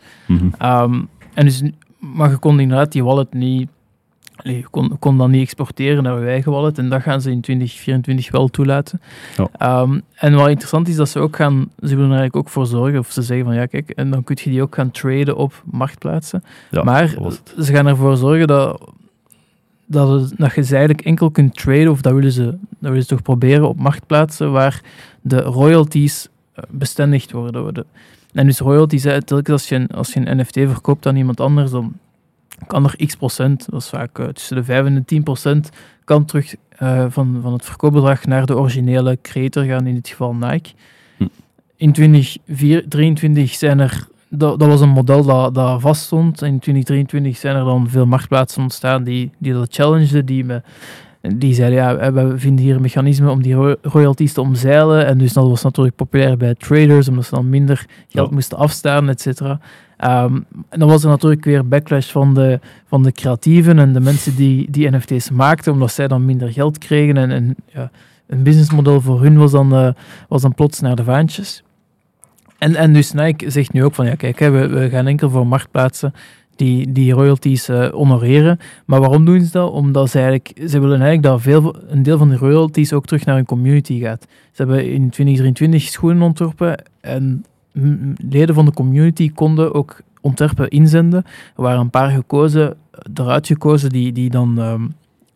Maar je kon inderdaad die wallet niet... Je kon dat niet exporteren naar je eigen wallet en dat gaan ze in 2024 wel toelaten. Ja. En wat interessant is, dat ze willen er eigenlijk ook voor zorgen, of ze zeggen van ja kijk, en dan kun je die ook gaan traden op marktplaatsen. Ja, maar ze gaan ervoor zorgen dat je ze eigenlijk enkel kunt traden, of dat willen ze toch proberen op marktplaatsen waar de royalties bestendigd worden. En dus royalties, telkens als je een NFT verkoopt aan iemand anders, dan kan er x%, dat is vaak tussen de 5 en de 10%, kan terug van het verkoopbedrag naar de originele creator gaan, in dit geval Nike. In 2023 zijn er, dat was een model dat vaststond, in 2023 zijn er dan veel marktplaatsen ontstaan die dat challengeden, die zeiden, we vinden hier een mechanisme om die royalties te omzeilen, en dus dat was natuurlijk populair bij traders, omdat ze dan minder geld moesten afstaan, et cetera. En dan was er natuurlijk weer backlash van de creatieven en de mensen die NFT's maakten, omdat zij dan minder geld kregen. En een businessmodel voor hun was dan plots naar de vaantjes. En dus Nike zegt nu ook van, ja kijk, we gaan enkel voor marktplaatsen die royalties honoreren. Maar waarom doen ze dat? Omdat ze willen eigenlijk dat een deel van de royalties ook terug naar hun community gaat. Ze hebben in 2023 schoenen ontworpen en leden van de community konden ook ontwerpen inzenden. Er waren een paar eruit gekozen die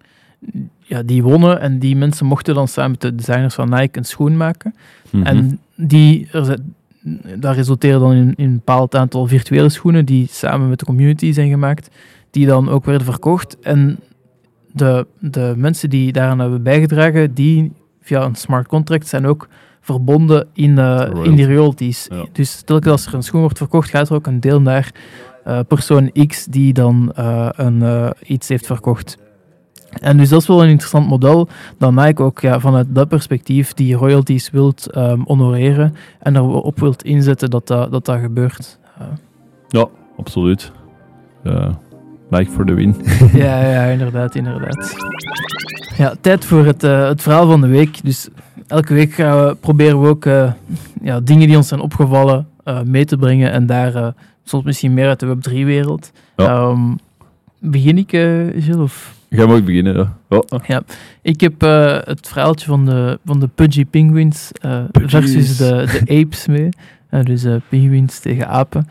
die wonnen en die mensen mochten dan samen met de designers van Nike een schoen maken. Mhm. En dat resulteerde dan in een bepaald aantal virtuele schoenen die samen met de community zijn gemaakt, die dan ook werden verkocht. En de mensen die daaraan hebben bijgedragen, die via een smart contract zijn ook verbonden in die royalties. Ja. Dus telkens als er een schoen wordt verkocht, gaat er ook een deel naar persoon X die dan iets heeft verkocht. En dus dat is wel een interessant model, dat Nike ook vanuit dat perspectief die royalties wilt honoreren en erop wilt inzetten dat gebeurt. Ja, absoluut. Nike for the win. Ja, inderdaad. Ja, tijd voor het verhaal van de week. Dus elke week proberen we ook dingen die ons zijn opgevallen mee te brengen en daar soms misschien meer uit de Web3-wereld. Ja. Begin ik, Gilles? Of? Ga maar ook beginnen, ja. Oh. Ja, ik heb het verhaaltje van de Pudgy Penguins versus de apes mee. Dus penguins tegen apen.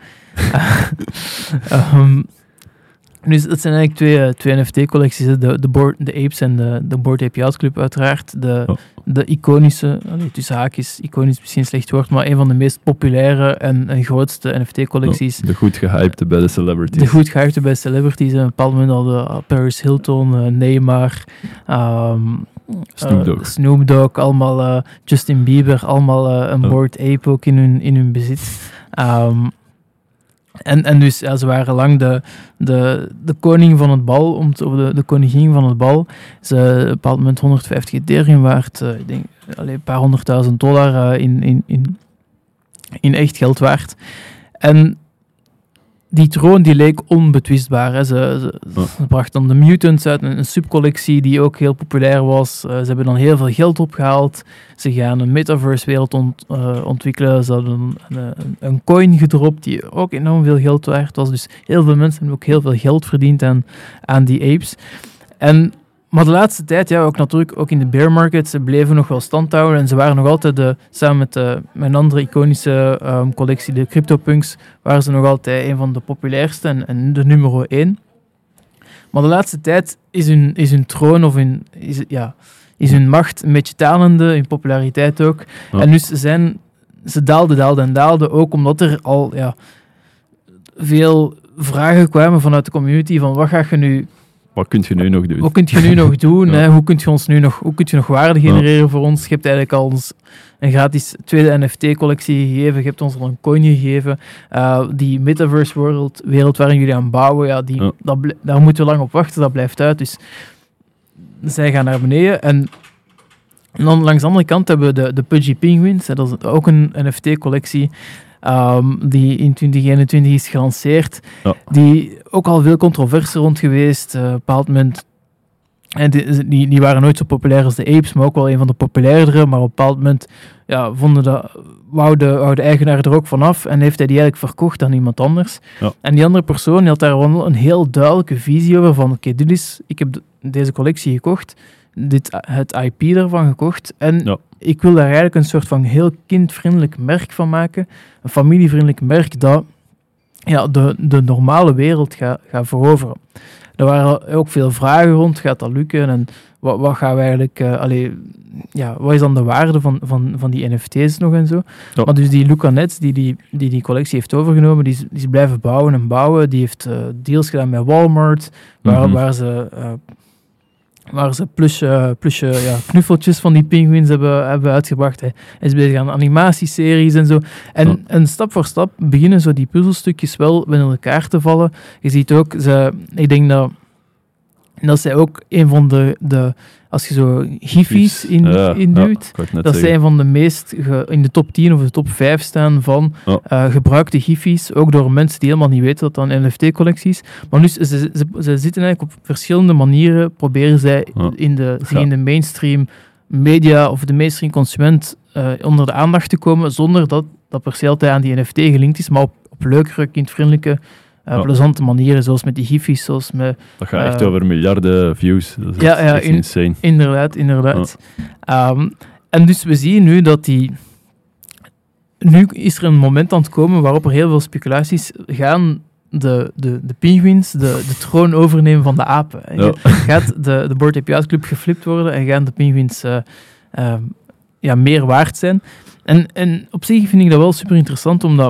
Dus dat zijn eigenlijk twee NFT-collecties. De Apes en de Bored Ape Yacht Club uiteraard. De iconische, tussen haakjes, iconisch misschien een slecht woord, maar een van de meest populaire en grootste NFT-collecties. De goed gehypte bij de celebrities. De goed gehypte bij celebrities. En op een bepaald moment hadden Paris Hilton, Neymar, Snoop Dogg, allemaal Justin Bieber, allemaal een Bored Ape ook in hun bezit. En dus ze waren lang de koning van het bal, of de koningin van het bal. Ze op een bepaald moment 150 Ethereum waard, ik denk een paar $100.000 in echt geld waard. En die troon die leek onbetwistbaar. Hè. Ze brachten dan de Mutants uit, een subcollectie die ook heel populair was. Ze hebben dan heel veel geld opgehaald. Ze gaan een metaverse-wereld ontwikkelen. Ze hadden een coin gedropt die ook enorm veel geld waard was. Dus heel veel mensen hebben ook heel veel geld verdiend aan die apes. Maar de laatste tijd, ook natuurlijk ook in de bear market, ze bleven nog wel stand houden en ze waren nog altijd, samen met mijn andere iconische collectie, de CryptoPunks, waren ze nog altijd een van de populairste en de nummer 1. Maar de laatste tijd is hun troon of is hun macht een beetje dalende, hun populariteit ook. Ja. En dus ze daalden, ook omdat er al veel vragen kwamen vanuit de community van wat ga je nu... Wat kun je nu nog doen? Wat kun je nu nog doen? Ja. Hè? Hoe kun je nog waarde genereren voor ons? Je hebt eigenlijk al ons een gratis tweede NFT-collectie gegeven. Je hebt ons al een coin gegeven. Die metaverse-wereld waarin jullie aan bouwen, daar moeten we lang op wachten. Dat blijft uit. Dus zij gaan naar beneden. En dan langs de andere kant hebben we de Pudgy Penguins. Dat is ook een NFT-collectie. Die in 2021 is gelanceerd. Ja. Die ook al veel controverse rond geweest. Op een bepaald moment. En die waren nooit zo populair als de apes, maar ook wel een van de populairdere. Maar op een bepaald moment wou de eigenaar er ook vanaf en heeft hij die eigenlijk verkocht aan iemand anders. Ja. En die andere persoon die had daar wel een heel duidelijke visie over van ik heb deze collectie gekocht, het IP daarvan gekocht en ik wil daar eigenlijk een soort van heel kindvriendelijk merk van maken, een familievriendelijk merk dat de normale wereld gaat veroveren. Er waren ook veel vragen rond, gaat dat lukken en wat gaan we eigenlijk, wat is dan de waarde van die NFT's nog en zo. Ja. Maar dus die Luca Nets, die collectie heeft overgenomen, die is blijven bouwen, die heeft deals gedaan met Walmart, waar ze plusje knuffeltjes van die penguins hebben uitgebracht. Hij is bezig aan animatieseries en zo. En stap voor stap beginnen zo die puzzelstukjes wel met elkaar te vallen. Je ziet ook, ik denk dat zij ook een van de als je zo giffies induwt, dat zij een van de meest in de top 10 of de top 5 staan van gebruikte giffies, ook door mensen die helemaal niet weten dat dat een NFT-collectie is. Maar nu, ze zitten eigenlijk op verschillende manieren, proberen zij zich in de mainstream media of de mainstream consument onder de aandacht te komen, zonder dat per se altijd aan die NFT gelinkt is, maar op leukere, kindvriendelijke, plezante manieren, zoals met die giffies, zoals met... Dat gaat echt over miljarden views. Dat is echt insane. Inderdaad. En dus we zien nu dat nu is er een moment aan het komen waarop er heel veel speculaties gaan de pinguïns de troon overnemen van de apen. En gaat de Bored Ape Yacht Club geflipt worden en gaan de pinguïns meer waard zijn. En op zich vind ik dat wel super interessant, omdat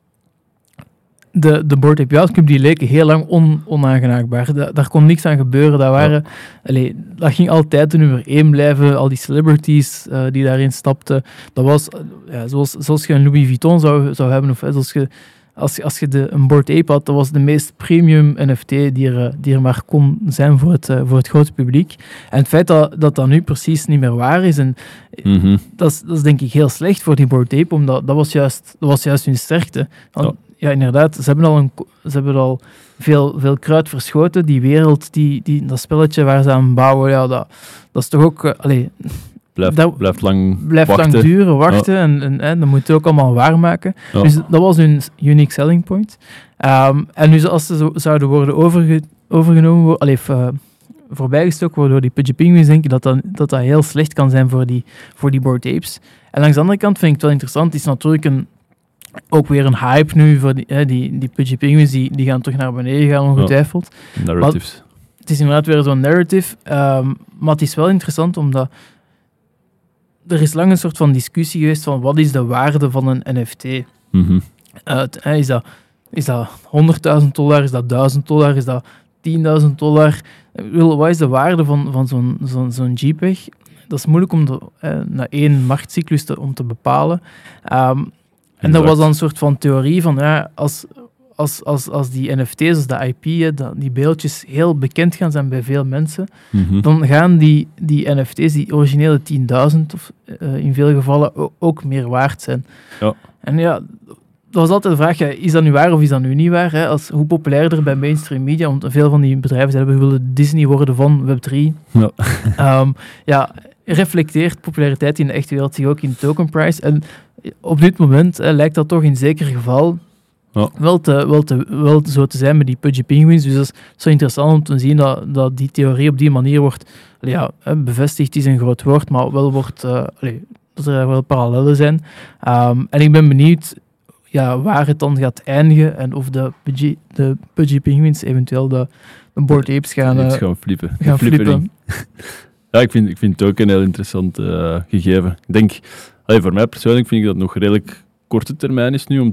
de Bored Ape Yacht Club die leken heel lang onaangenaakbaar. Daar kon niks aan gebeuren. Dat ging altijd de nummer 1 blijven. Al die celebrities die daarin stapten. Dat was zoals je een Louis Vuitton zou hebben. Of als je een Bored Ape had, dat was de meest premium NFT die er maar kon zijn voor het grote publiek. En het feit dat nu precies niet meer waar is, en dat is denk ik heel slecht voor die Bored Ape, omdat dat was juist hun sterkte. Want, ja, inderdaad, ze hebben al veel kruid verschoten. Die wereld, dat spelletje waar ze aan bouwen, dat is toch ook... Blijft lang duren, wachten en dat moet je ook allemaal waarmaken. Ja. Dus dat was hun unique selling point. En nu als ze zouden worden overgenomen, voorbijgestoken worden door die Pudgy Penguins, denk ik dat heel slecht kan zijn voor die Bored Apes. En langs de andere kant vind ik het wel interessant, is natuurlijk ook weer een hype nu voor die Pudgy Penguins, die gaan terug naar beneden gaan, ongetwijfeld. Narratives. Maar het is inderdaad weer zo'n narrative, maar het is wel interessant omdat er is lang een soort van discussie geweest van wat is de waarde van een NFT. Mm-hmm. Is dat $100.000, is dat $1.000, is dat $10.000? Wat is de waarde van zo'n JPEG? Dat is moeilijk om na één marktcyclus om te bepalen. En dat was dan een soort van theorie van als die NFT's, als de IP, die beeldjes heel bekend gaan zijn bij veel mensen, dan gaan die NFT's, die originele 10.000 of in veel gevallen ook meer waard zijn. Ja. En dat was altijd de vraag, is dat nu waar of is dat nu niet waar? Hè? Hoe populairder bij mainstream media, want veel van die bedrijven zeiden, we willen Disney worden van Web3. Ja. Reflecteert populariteit in de echte wereld zich ook in token price. En op dit moment lijkt dat toch in zeker geval wel zo te zijn met die Pudgy Penguins. Dus dat is zo interessant om te zien dat die theorie op die manier wordt bevestigd, is een groot woord, maar wel wordt dat er wel parallellen zijn. En ik ben benieuwd waar het dan gaat eindigen en of de Pudgy Penguins eventueel de Bored Apes gaan flippen. Ja, ik vind het ook een heel interessant gegeven. Ik denk, voor mij persoonlijk vind ik dat het nog redelijk korte termijn is nu,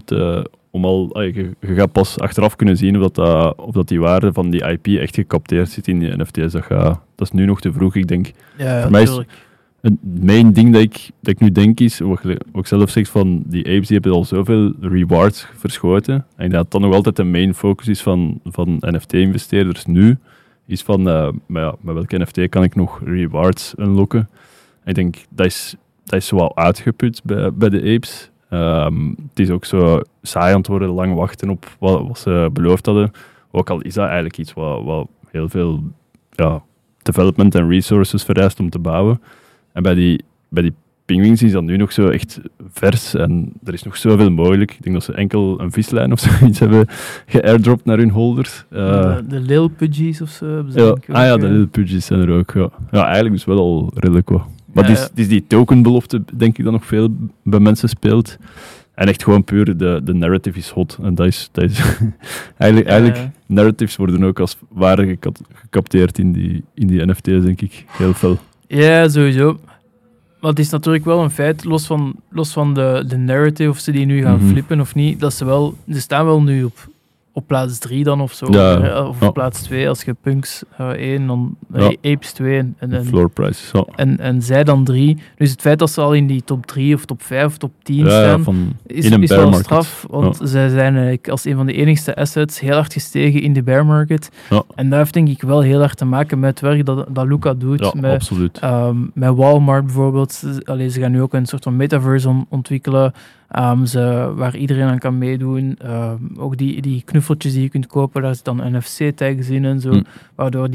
je gaat pas achteraf kunnen zien of dat die waarde van die IP echt gecapteerd zit in die NFT's. Dat is nu nog te vroeg, ik denk. Ja, voor mij is het main ding dat ik nu denk is, wat ik zelf zeg van die apes, die hebben al zoveel rewards verschoten. En dat nog altijd de main focus is van NFT-investeerders nu, is van, met welke NFT kan ik nog rewards unlocken? En ik denk, dat is zo al uitgeput bij de apes. Het is ook zo saai aan het worden, lang wachten op wat ze beloofd hadden. Ook al is dat eigenlijk iets wat heel veel development en resources vereist om te bouwen. En bij die penguins is dat nu nog zo echt vers en er is nog zoveel mogelijk. Ik denk dat ze enkel een vislijn of zoiets hebben geairdropt naar hun holders. De Lil Pudgies of zo. De Lil Pudgies zijn er ook. Ja, eigenlijk dus wel al redelijk wat. Maar het is die tokenbelofte, denk ik, dat nog veel bij mensen speelt. En echt gewoon puur de narrative is hot. En dat is eigenlijk narratives worden ook als waarde gecapteerd in die NFT's, denk ik. Heel veel. Ja, sowieso. Maar het is natuurlijk wel een feit, los van de narrative, of ze die nu gaan flippen of niet, dat ze staan wel nu op plaats 3 dan of zo. Of op plaats 2 als je Punks 1, dan Apes 2 en floor price. En zij dan 3. Dus het feit dat ze al in die top 3 of top 5 of top 10 staan, is wel straf. Want zij zijn eigenlijk als een van de enigste assets heel hard gestegen in de bear market. Ja. En dat heeft denk ik wel heel hard te maken met het werk dat Luca doet. Ja, absoluut. Met Walmart bijvoorbeeld. Ze gaan nu ook een soort van metaverse ontwikkelen. Waar iedereen aan kan meedoen. Ook die knuffeltjes die je kunt kopen, daar zit dan NFC-tags in en zo. Waardoor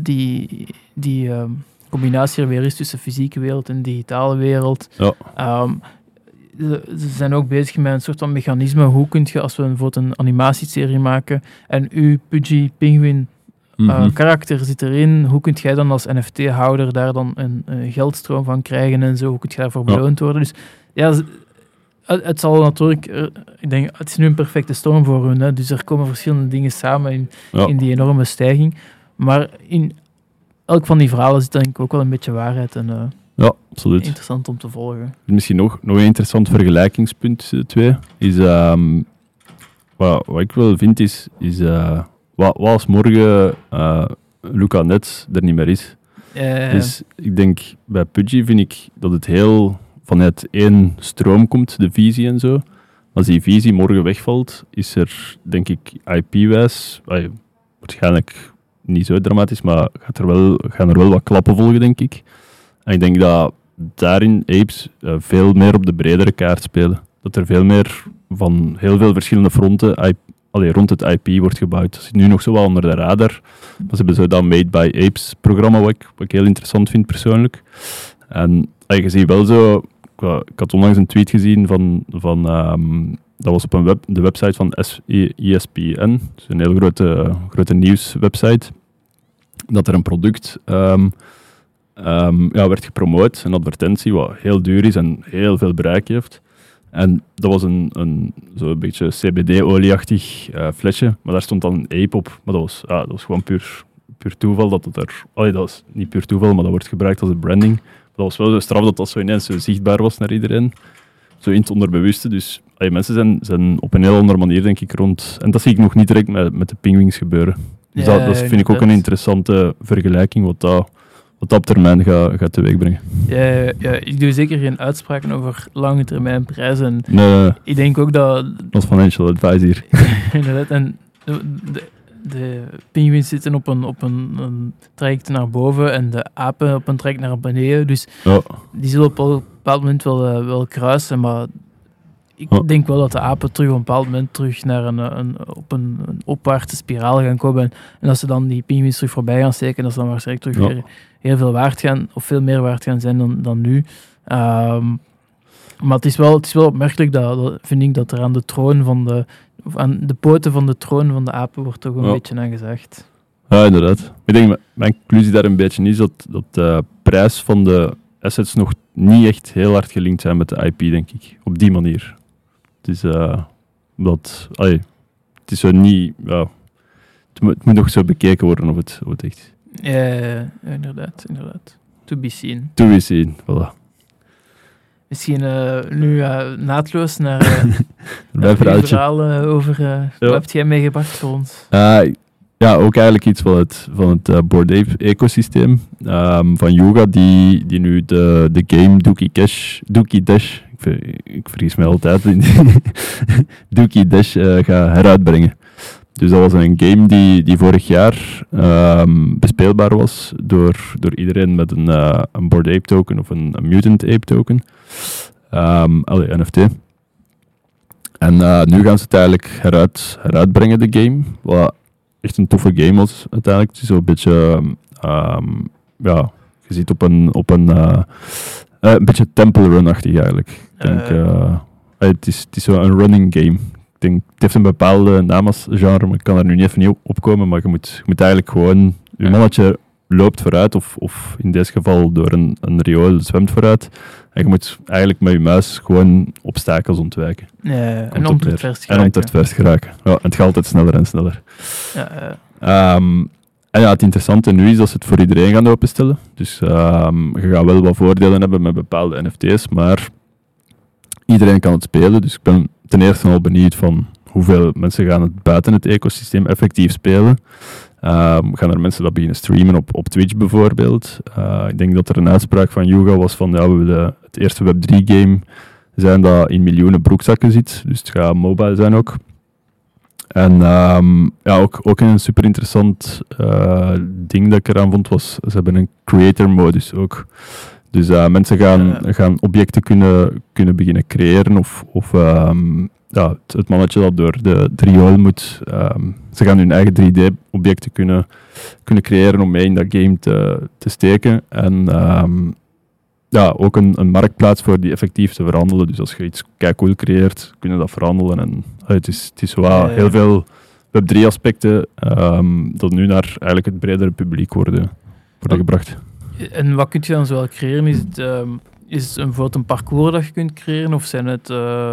die combinatie er weer is tussen fysieke wereld en digitale wereld. Ja. Ze zijn ook bezig met een soort van mechanisme. Hoe kun je, als we bijvoorbeeld een animatieserie maken en uw Pudgy Penguin karakter zit erin, hoe kun jij dan als NFT-houder daar dan een geldstroom van krijgen en zo? Hoe kun je daarvoor beloond worden? Dus ja, Het zal natuurlijk... ik denk, het is nu een perfecte storm voor hun. Hè, dus er komen verschillende dingen samen in die enorme stijging. Maar in elk van die verhalen zit denk ik ook wel een beetje waarheid. En, ja, absoluut. Interessant om te volgen. Misschien nog een interessant vergelijkingspunt tussen de twee. Is, wat ik wel vind is wat als morgen Luca Nets er niet meer is. Dus ik denk, bij PUBG vind ik dat het heel vanuit één stroom komt, de visie en zo. Als die visie morgen wegvalt, is er, denk ik, IP-wijs, waarschijnlijk niet zo dramatisch, maar gaan er wel wat klappen volgen, denk ik. En ik denk dat daarin Apes veel meer op de bredere kaart spelen. Dat er veel meer van heel veel verschillende fronten rond het IP wordt gebouwd. Dat zit nu nog zo wel onder de radar. Maar ze hebben zo dat Made by Apes programma, wat ik heel interessant vind persoonlijk. En je ziet wel zo... Ik had onlangs een tweet gezien van dat was op de website van ESPN, dus een heel grote nieuwswebsite, dat er een product werd gepromoot, een advertentie, wat heel duur is en heel veel bereik heeft. En dat was een zo'n beetje CBD-olieachtig flesje, maar daar stond dan een ape op. Maar dat was gewoon puur toeval dat het er... dat was niet puur toeval, maar dat wordt gebruikt als een branding. Dat was wel zo straf dat dat zo ineens zo zichtbaar was naar iedereen. Zo in het onderbewuste. Dus mensen zijn op een heel andere manier, denk ik, rond... En dat zie ik nog niet direct met de Penguins gebeuren. Dus dat vind ik ook een interessante vergelijking, wat dat op termijn gaat teweegbrengen. Ja, ik doe zeker geen uitspraken over lange termijn prijzen. Nee. Ik denk ook dat... Als financial advisor. Inderdaad, en de pinguïns zitten op een traject naar boven en de apen op een traject naar beneden. Dus die zullen op een bepaald moment wel kruisen, maar ik denk wel dat de apen terug op een bepaald moment terug naar een opwaartse spiraal gaan komen. En als ze dan die pinguïns terug voorbij gaan steken, dat ze dan waarschijnlijk terug weer heel veel waard gaan, of veel meer waard gaan zijn dan nu. Maar het is wel opmerkelijk vind ik, dat er aan de troon aan de poten van de troon van de apen wordt toch een beetje aan gezegd. Ja, inderdaad. Ik denk, mijn conclusie daar een beetje is dat de prijs van de assets nog niet echt heel hard gelinkt zijn met de IP, denk ik. Op die manier. Het is het is zo niet... het moet nog zo bekeken worden of het echt... Ja, inderdaad. To be seen. To be seen, voilà. Misschien nu naadloos naar een verhaal over... Wat heb jij meegebracht voor ons? Ja, ook eigenlijk iets van het Bored Ape ecosysteem. Van Yuga, die nu de game Dookie Dash, ik vergis mij altijd, Dookie Dash gaat heruitbrengen. Dus dat was een game die vorig jaar bespeelbaar was door iedereen met een Bored Ape token of een Mutant Ape token. NFT. En nu gaan ze het eigenlijk heruitbrengen, de game. Wat echt een toffe game was uiteindelijk. Het is zo'n beetje... je ziet op een beetje Temple Run-achtig eigenlijk. Ik denk, het is zo een running game. Ik denk, het heeft een bepaalde naam als genre, maar ik kan er nu niet even op komen. Maar je moet eigenlijk gewoon... Je mannetje loopt vooruit, of in dit geval door een riool zwemt vooruit. En je moet eigenlijk met je muis gewoon obstakels ontwijken. En om het vers geraken. Ja, en het gaat altijd sneller en sneller. En het interessante nu is dat ze het voor iedereen gaan openstellen. Dus je gaat wel wat voordelen hebben met bepaalde NFT's, maar iedereen kan het spelen. Dus ik ben ten eerste al benieuwd van hoeveel mensen gaan het buiten het ecosysteem effectief spelen. Gaan er mensen dat beginnen streamen op Twitch bijvoorbeeld? Ik denk dat er een uitspraak van Yuga was van we willen het eerste Web3-game zijn dat in miljoenen broekzakken zit. Dus het gaat mobile zijn ook. En ook een super interessant ding dat ik eraan vond was, ze hebben een creator-modus ook. Dus mensen gaan objecten kunnen beginnen creëren of het mannetje dat door de riool moet. Ze gaan hun eigen 3D-objecten kunnen creëren om mee in dat game te steken. En ook een marktplaats voor die effectief te verhandelen. Dus als je iets cool creëert, kun je dat verhandelen. En het is zo heel veel Web3-aspecten dat nu naar eigenlijk het bredere publiek worden gebracht. En wat kun je dan zoal creëren? Is het is bijvoorbeeld een parcours dat je kunt creëren, of zijn het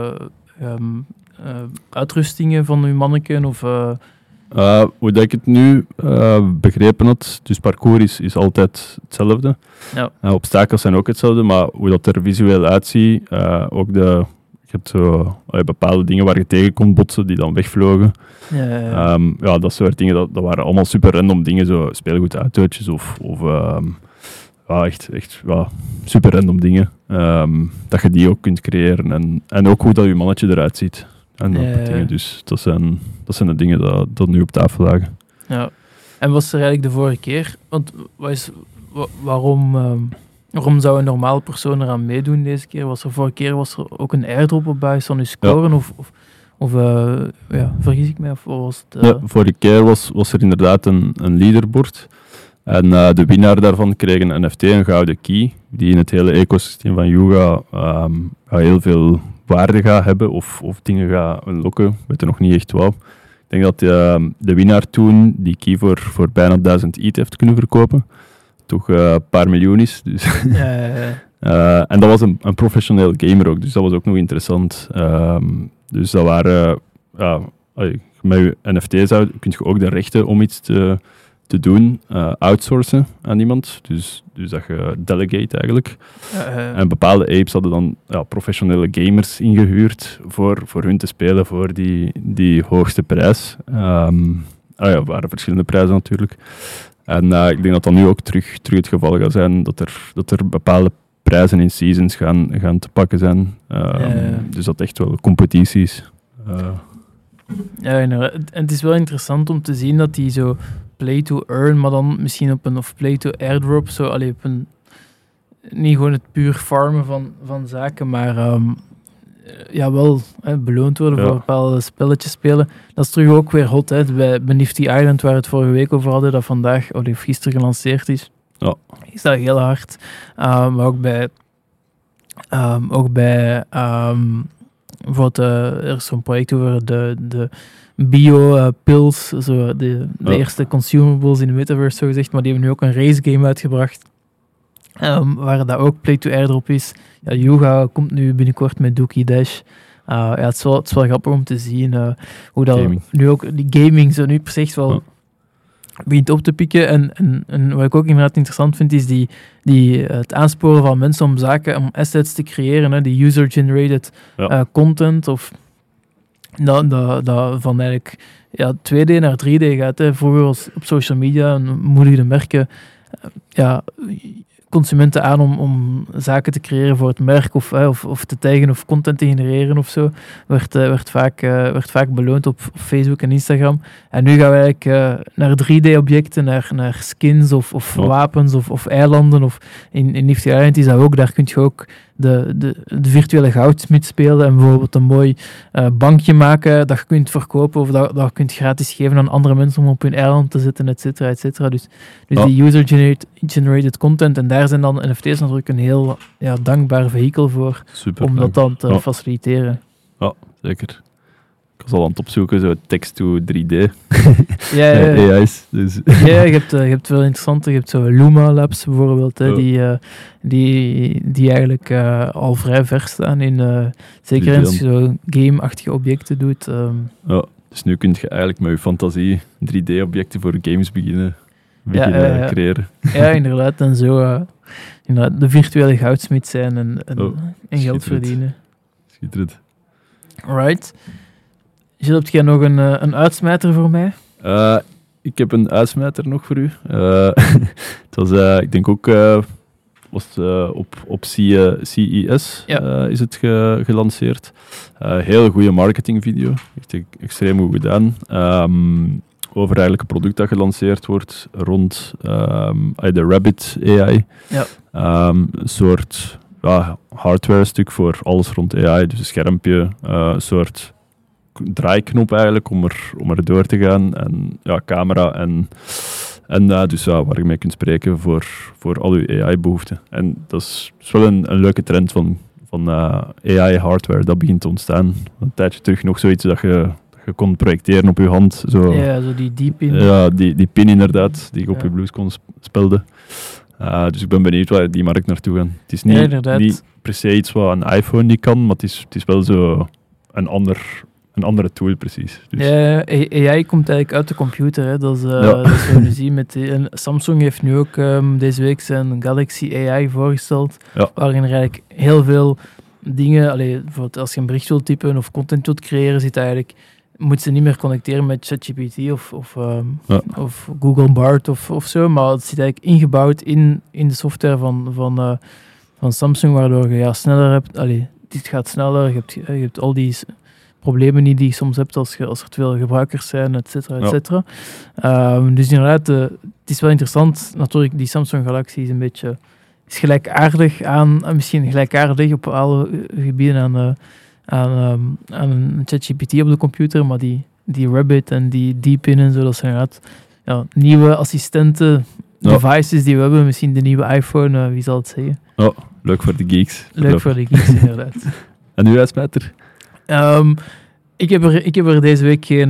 uitrustingen van je manneken? Of, hoe dat ik het nu begrepen had, dus parcours is altijd hetzelfde. Ja. Obstakels zijn ook hetzelfde, maar hoe dat er visueel uitziet, ook je hebt zo bepaalde dingen waar je tegen kon botsen, die dan wegvlogen. Ja. Dat soort dingen, dat waren allemaal super random dingen, zo speelgoed autootjes of echt super random dingen. Dat je die ook kunt creëren en ook hoe dat je mannetje eruit ziet. En dat dingen. Dus dat zijn de dingen dat nu op tafel lagen. Ja. En was er eigenlijk de vorige keer? Want waarom zou een normale persoon eraan meedoen deze keer? Vorige keer was er ook een airdrop op basis van je scoren? Ja. Vergis ik mij? Of was het, Ja, vorige keer was er inderdaad een leaderboard. En de winnaar daarvan kreeg een NFT, een gouden key, die in het hele ecosysteem van Yuga heel veel waarde gaat hebben of dingen gaat unlocken. Ik weet er nog niet echt wat. Ik denk dat de winnaar toen die key voor bijna 1000 ETH heeft kunnen verkopen. Toch een paar miljoen is. Dus. Ja. En dat was een professioneel gamer ook, dus dat was ook nog interessant. Dus dat waren... met je NFT kun je ook de rechten om iets te doen, outsourcen aan iemand. Dus dat je delegate eigenlijk. En bepaalde apes hadden dan professionele gamers ingehuurd voor hun te spelen voor die hoogste prijs. Er waren verschillende prijzen natuurlijk. En ik denk dat nu ook terug het geval gaat zijn dat er bepaalde prijzen in seasons gaan te pakken zijn. Dus dat echt wel competities. Ja, inderdaad. En het is wel interessant om te zien dat die zo play to earn, maar dan misschien of play to airdrop, zo, op een, niet gewoon het puur farmen van zaken, maar wel beloond worden voor bepaalde spelletjes spelen. Dat is terug ook weer hot, hè, bij Nifty Island, waar we het vorige week over hadden, dat vandaag, of gisteren gelanceerd is. Ja. Is dat heel hard. Maar ook bij bijvoorbeeld, er is zo'n project over de bio-pills, de eerste consumables in de metaverse, zo gezegd, maar die hebben nu ook een race game uitgebracht, waar dat ook play-to-airdrop is. Ja, Yuga komt nu binnenkort met Dookie Dash. Het is wel grappig om te zien hoe dat nu ook die gaming zo nu per se echt wel begint op te pikken. En wat ik ook inderdaad interessant vind, is het aansporen van mensen om assets te creëren, hè, die user-generated content, of dat van eigenlijk 2D naar 3D gaat. Hè. Vroeger was op social media moedigde merken consumenten aan om zaken te creëren voor het merk of te taggen of content te genereren of zo. Werd vaak beloond op Facebook en Instagram. En nu gaan we eigenlijk naar 3D-objecten, naar skins of wapens of eilanden. Of in Nifty Island is dat ook. Daar kun je ook de virtuele goudsmid spelen en bijvoorbeeld een mooi bankje maken dat je kunt verkopen of dat je kunt gratis geven aan andere mensen om op hun eiland te zitten, et cetera. Dus die user-generated content, en daar zijn dan NFT's natuurlijk een heel dankbaar vehikel voor. Super, om dat dan te faciliteren. Ja, zeker. Ik was al aan het opzoeken, zo text-to 3D. AI's. Dus. Ja, je hebt wel interessante, je hebt zo Luma Labs bijvoorbeeld, hè, die eigenlijk al vrij ver staan in, zeker als je zo game-achtige objecten doet. Dus nu kun je eigenlijk met je fantasie 3D-objecten voor games beginnen creëren. Ja, inderdaad. En zo de virtuele goudsmid zijn en geld verdienen. Schitterend. Alright. Gilles, heb jij nog een uitsmijter voor mij? Ik heb een uitsmijter nog voor u. Het was, ik denk ook, op CES is het gelanceerd. Heel goede marketingvideo. Echt extreem goed gedaan. Over eigenlijk een product dat gelanceerd wordt rond de Rabbit AI. Ja. Een soort hardware stuk voor alles rond AI. Dus een schermpje, een soort draaiknop eigenlijk om er door te gaan. En camera en dus waar je mee kunt spreken voor al je AI-behoeften. En dat is wel een leuke trend van AI-hardware dat begint te ontstaan. Een tijdje terug nog zoiets dat je kon projecteren op je hand. Zo die pin. Ja, die pin inderdaad, die je op je blues kon spelden. Dus ik ben benieuwd waar die markt naartoe gaat. Het is niet per se iets wat een iPhone niet kan, maar het is wel zo een andere tool precies. Dus. Ja, AI komt eigenlijk uit de computer. Hè. Dat is wat we nu zien. En Samsung heeft nu ook deze week zijn Galaxy AI voorgesteld, waarin er eigenlijk heel veel dingen, bijvoorbeeld als je een bericht wilt typen of content wilt creëren, moet ze niet meer connecteren met ChatGPT of Google Bard of zo, maar het zit eigenlijk ingebouwd in de software van Samsung, waardoor je sneller hebt. Dit gaat sneller, je hebt al die problemen niet die je soms hebt als er te veel gebruikers zijn, et cetera, et cetera. Dus inderdaad, het is wel interessant. Natuurlijk, die Samsung Galaxy is een beetje gelijkaardig misschien gelijkaardig op alle gebieden aan een ChatGPT op de computer, maar die Rabbit en die Deepin en zo, dat zijn inderdaad nieuwe assistenten, devices die we hebben. Misschien de nieuwe iPhone, wie zal het zeggen? Oh, leuk voor de geeks. Leuk voor de geeks, inderdaad. En u, Peter? Ik heb er deze week geen...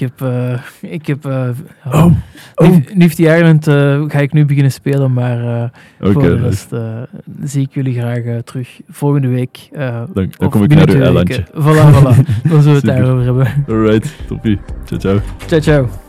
Nifty Island ga ik nu beginnen spelen, maar voor de rest zie ik jullie graag terug volgende week. Dan kom ik naar uw eilandje. Voilà. Dan zullen we het daarover hebben. Alright, toppie. Ciao. Ciao.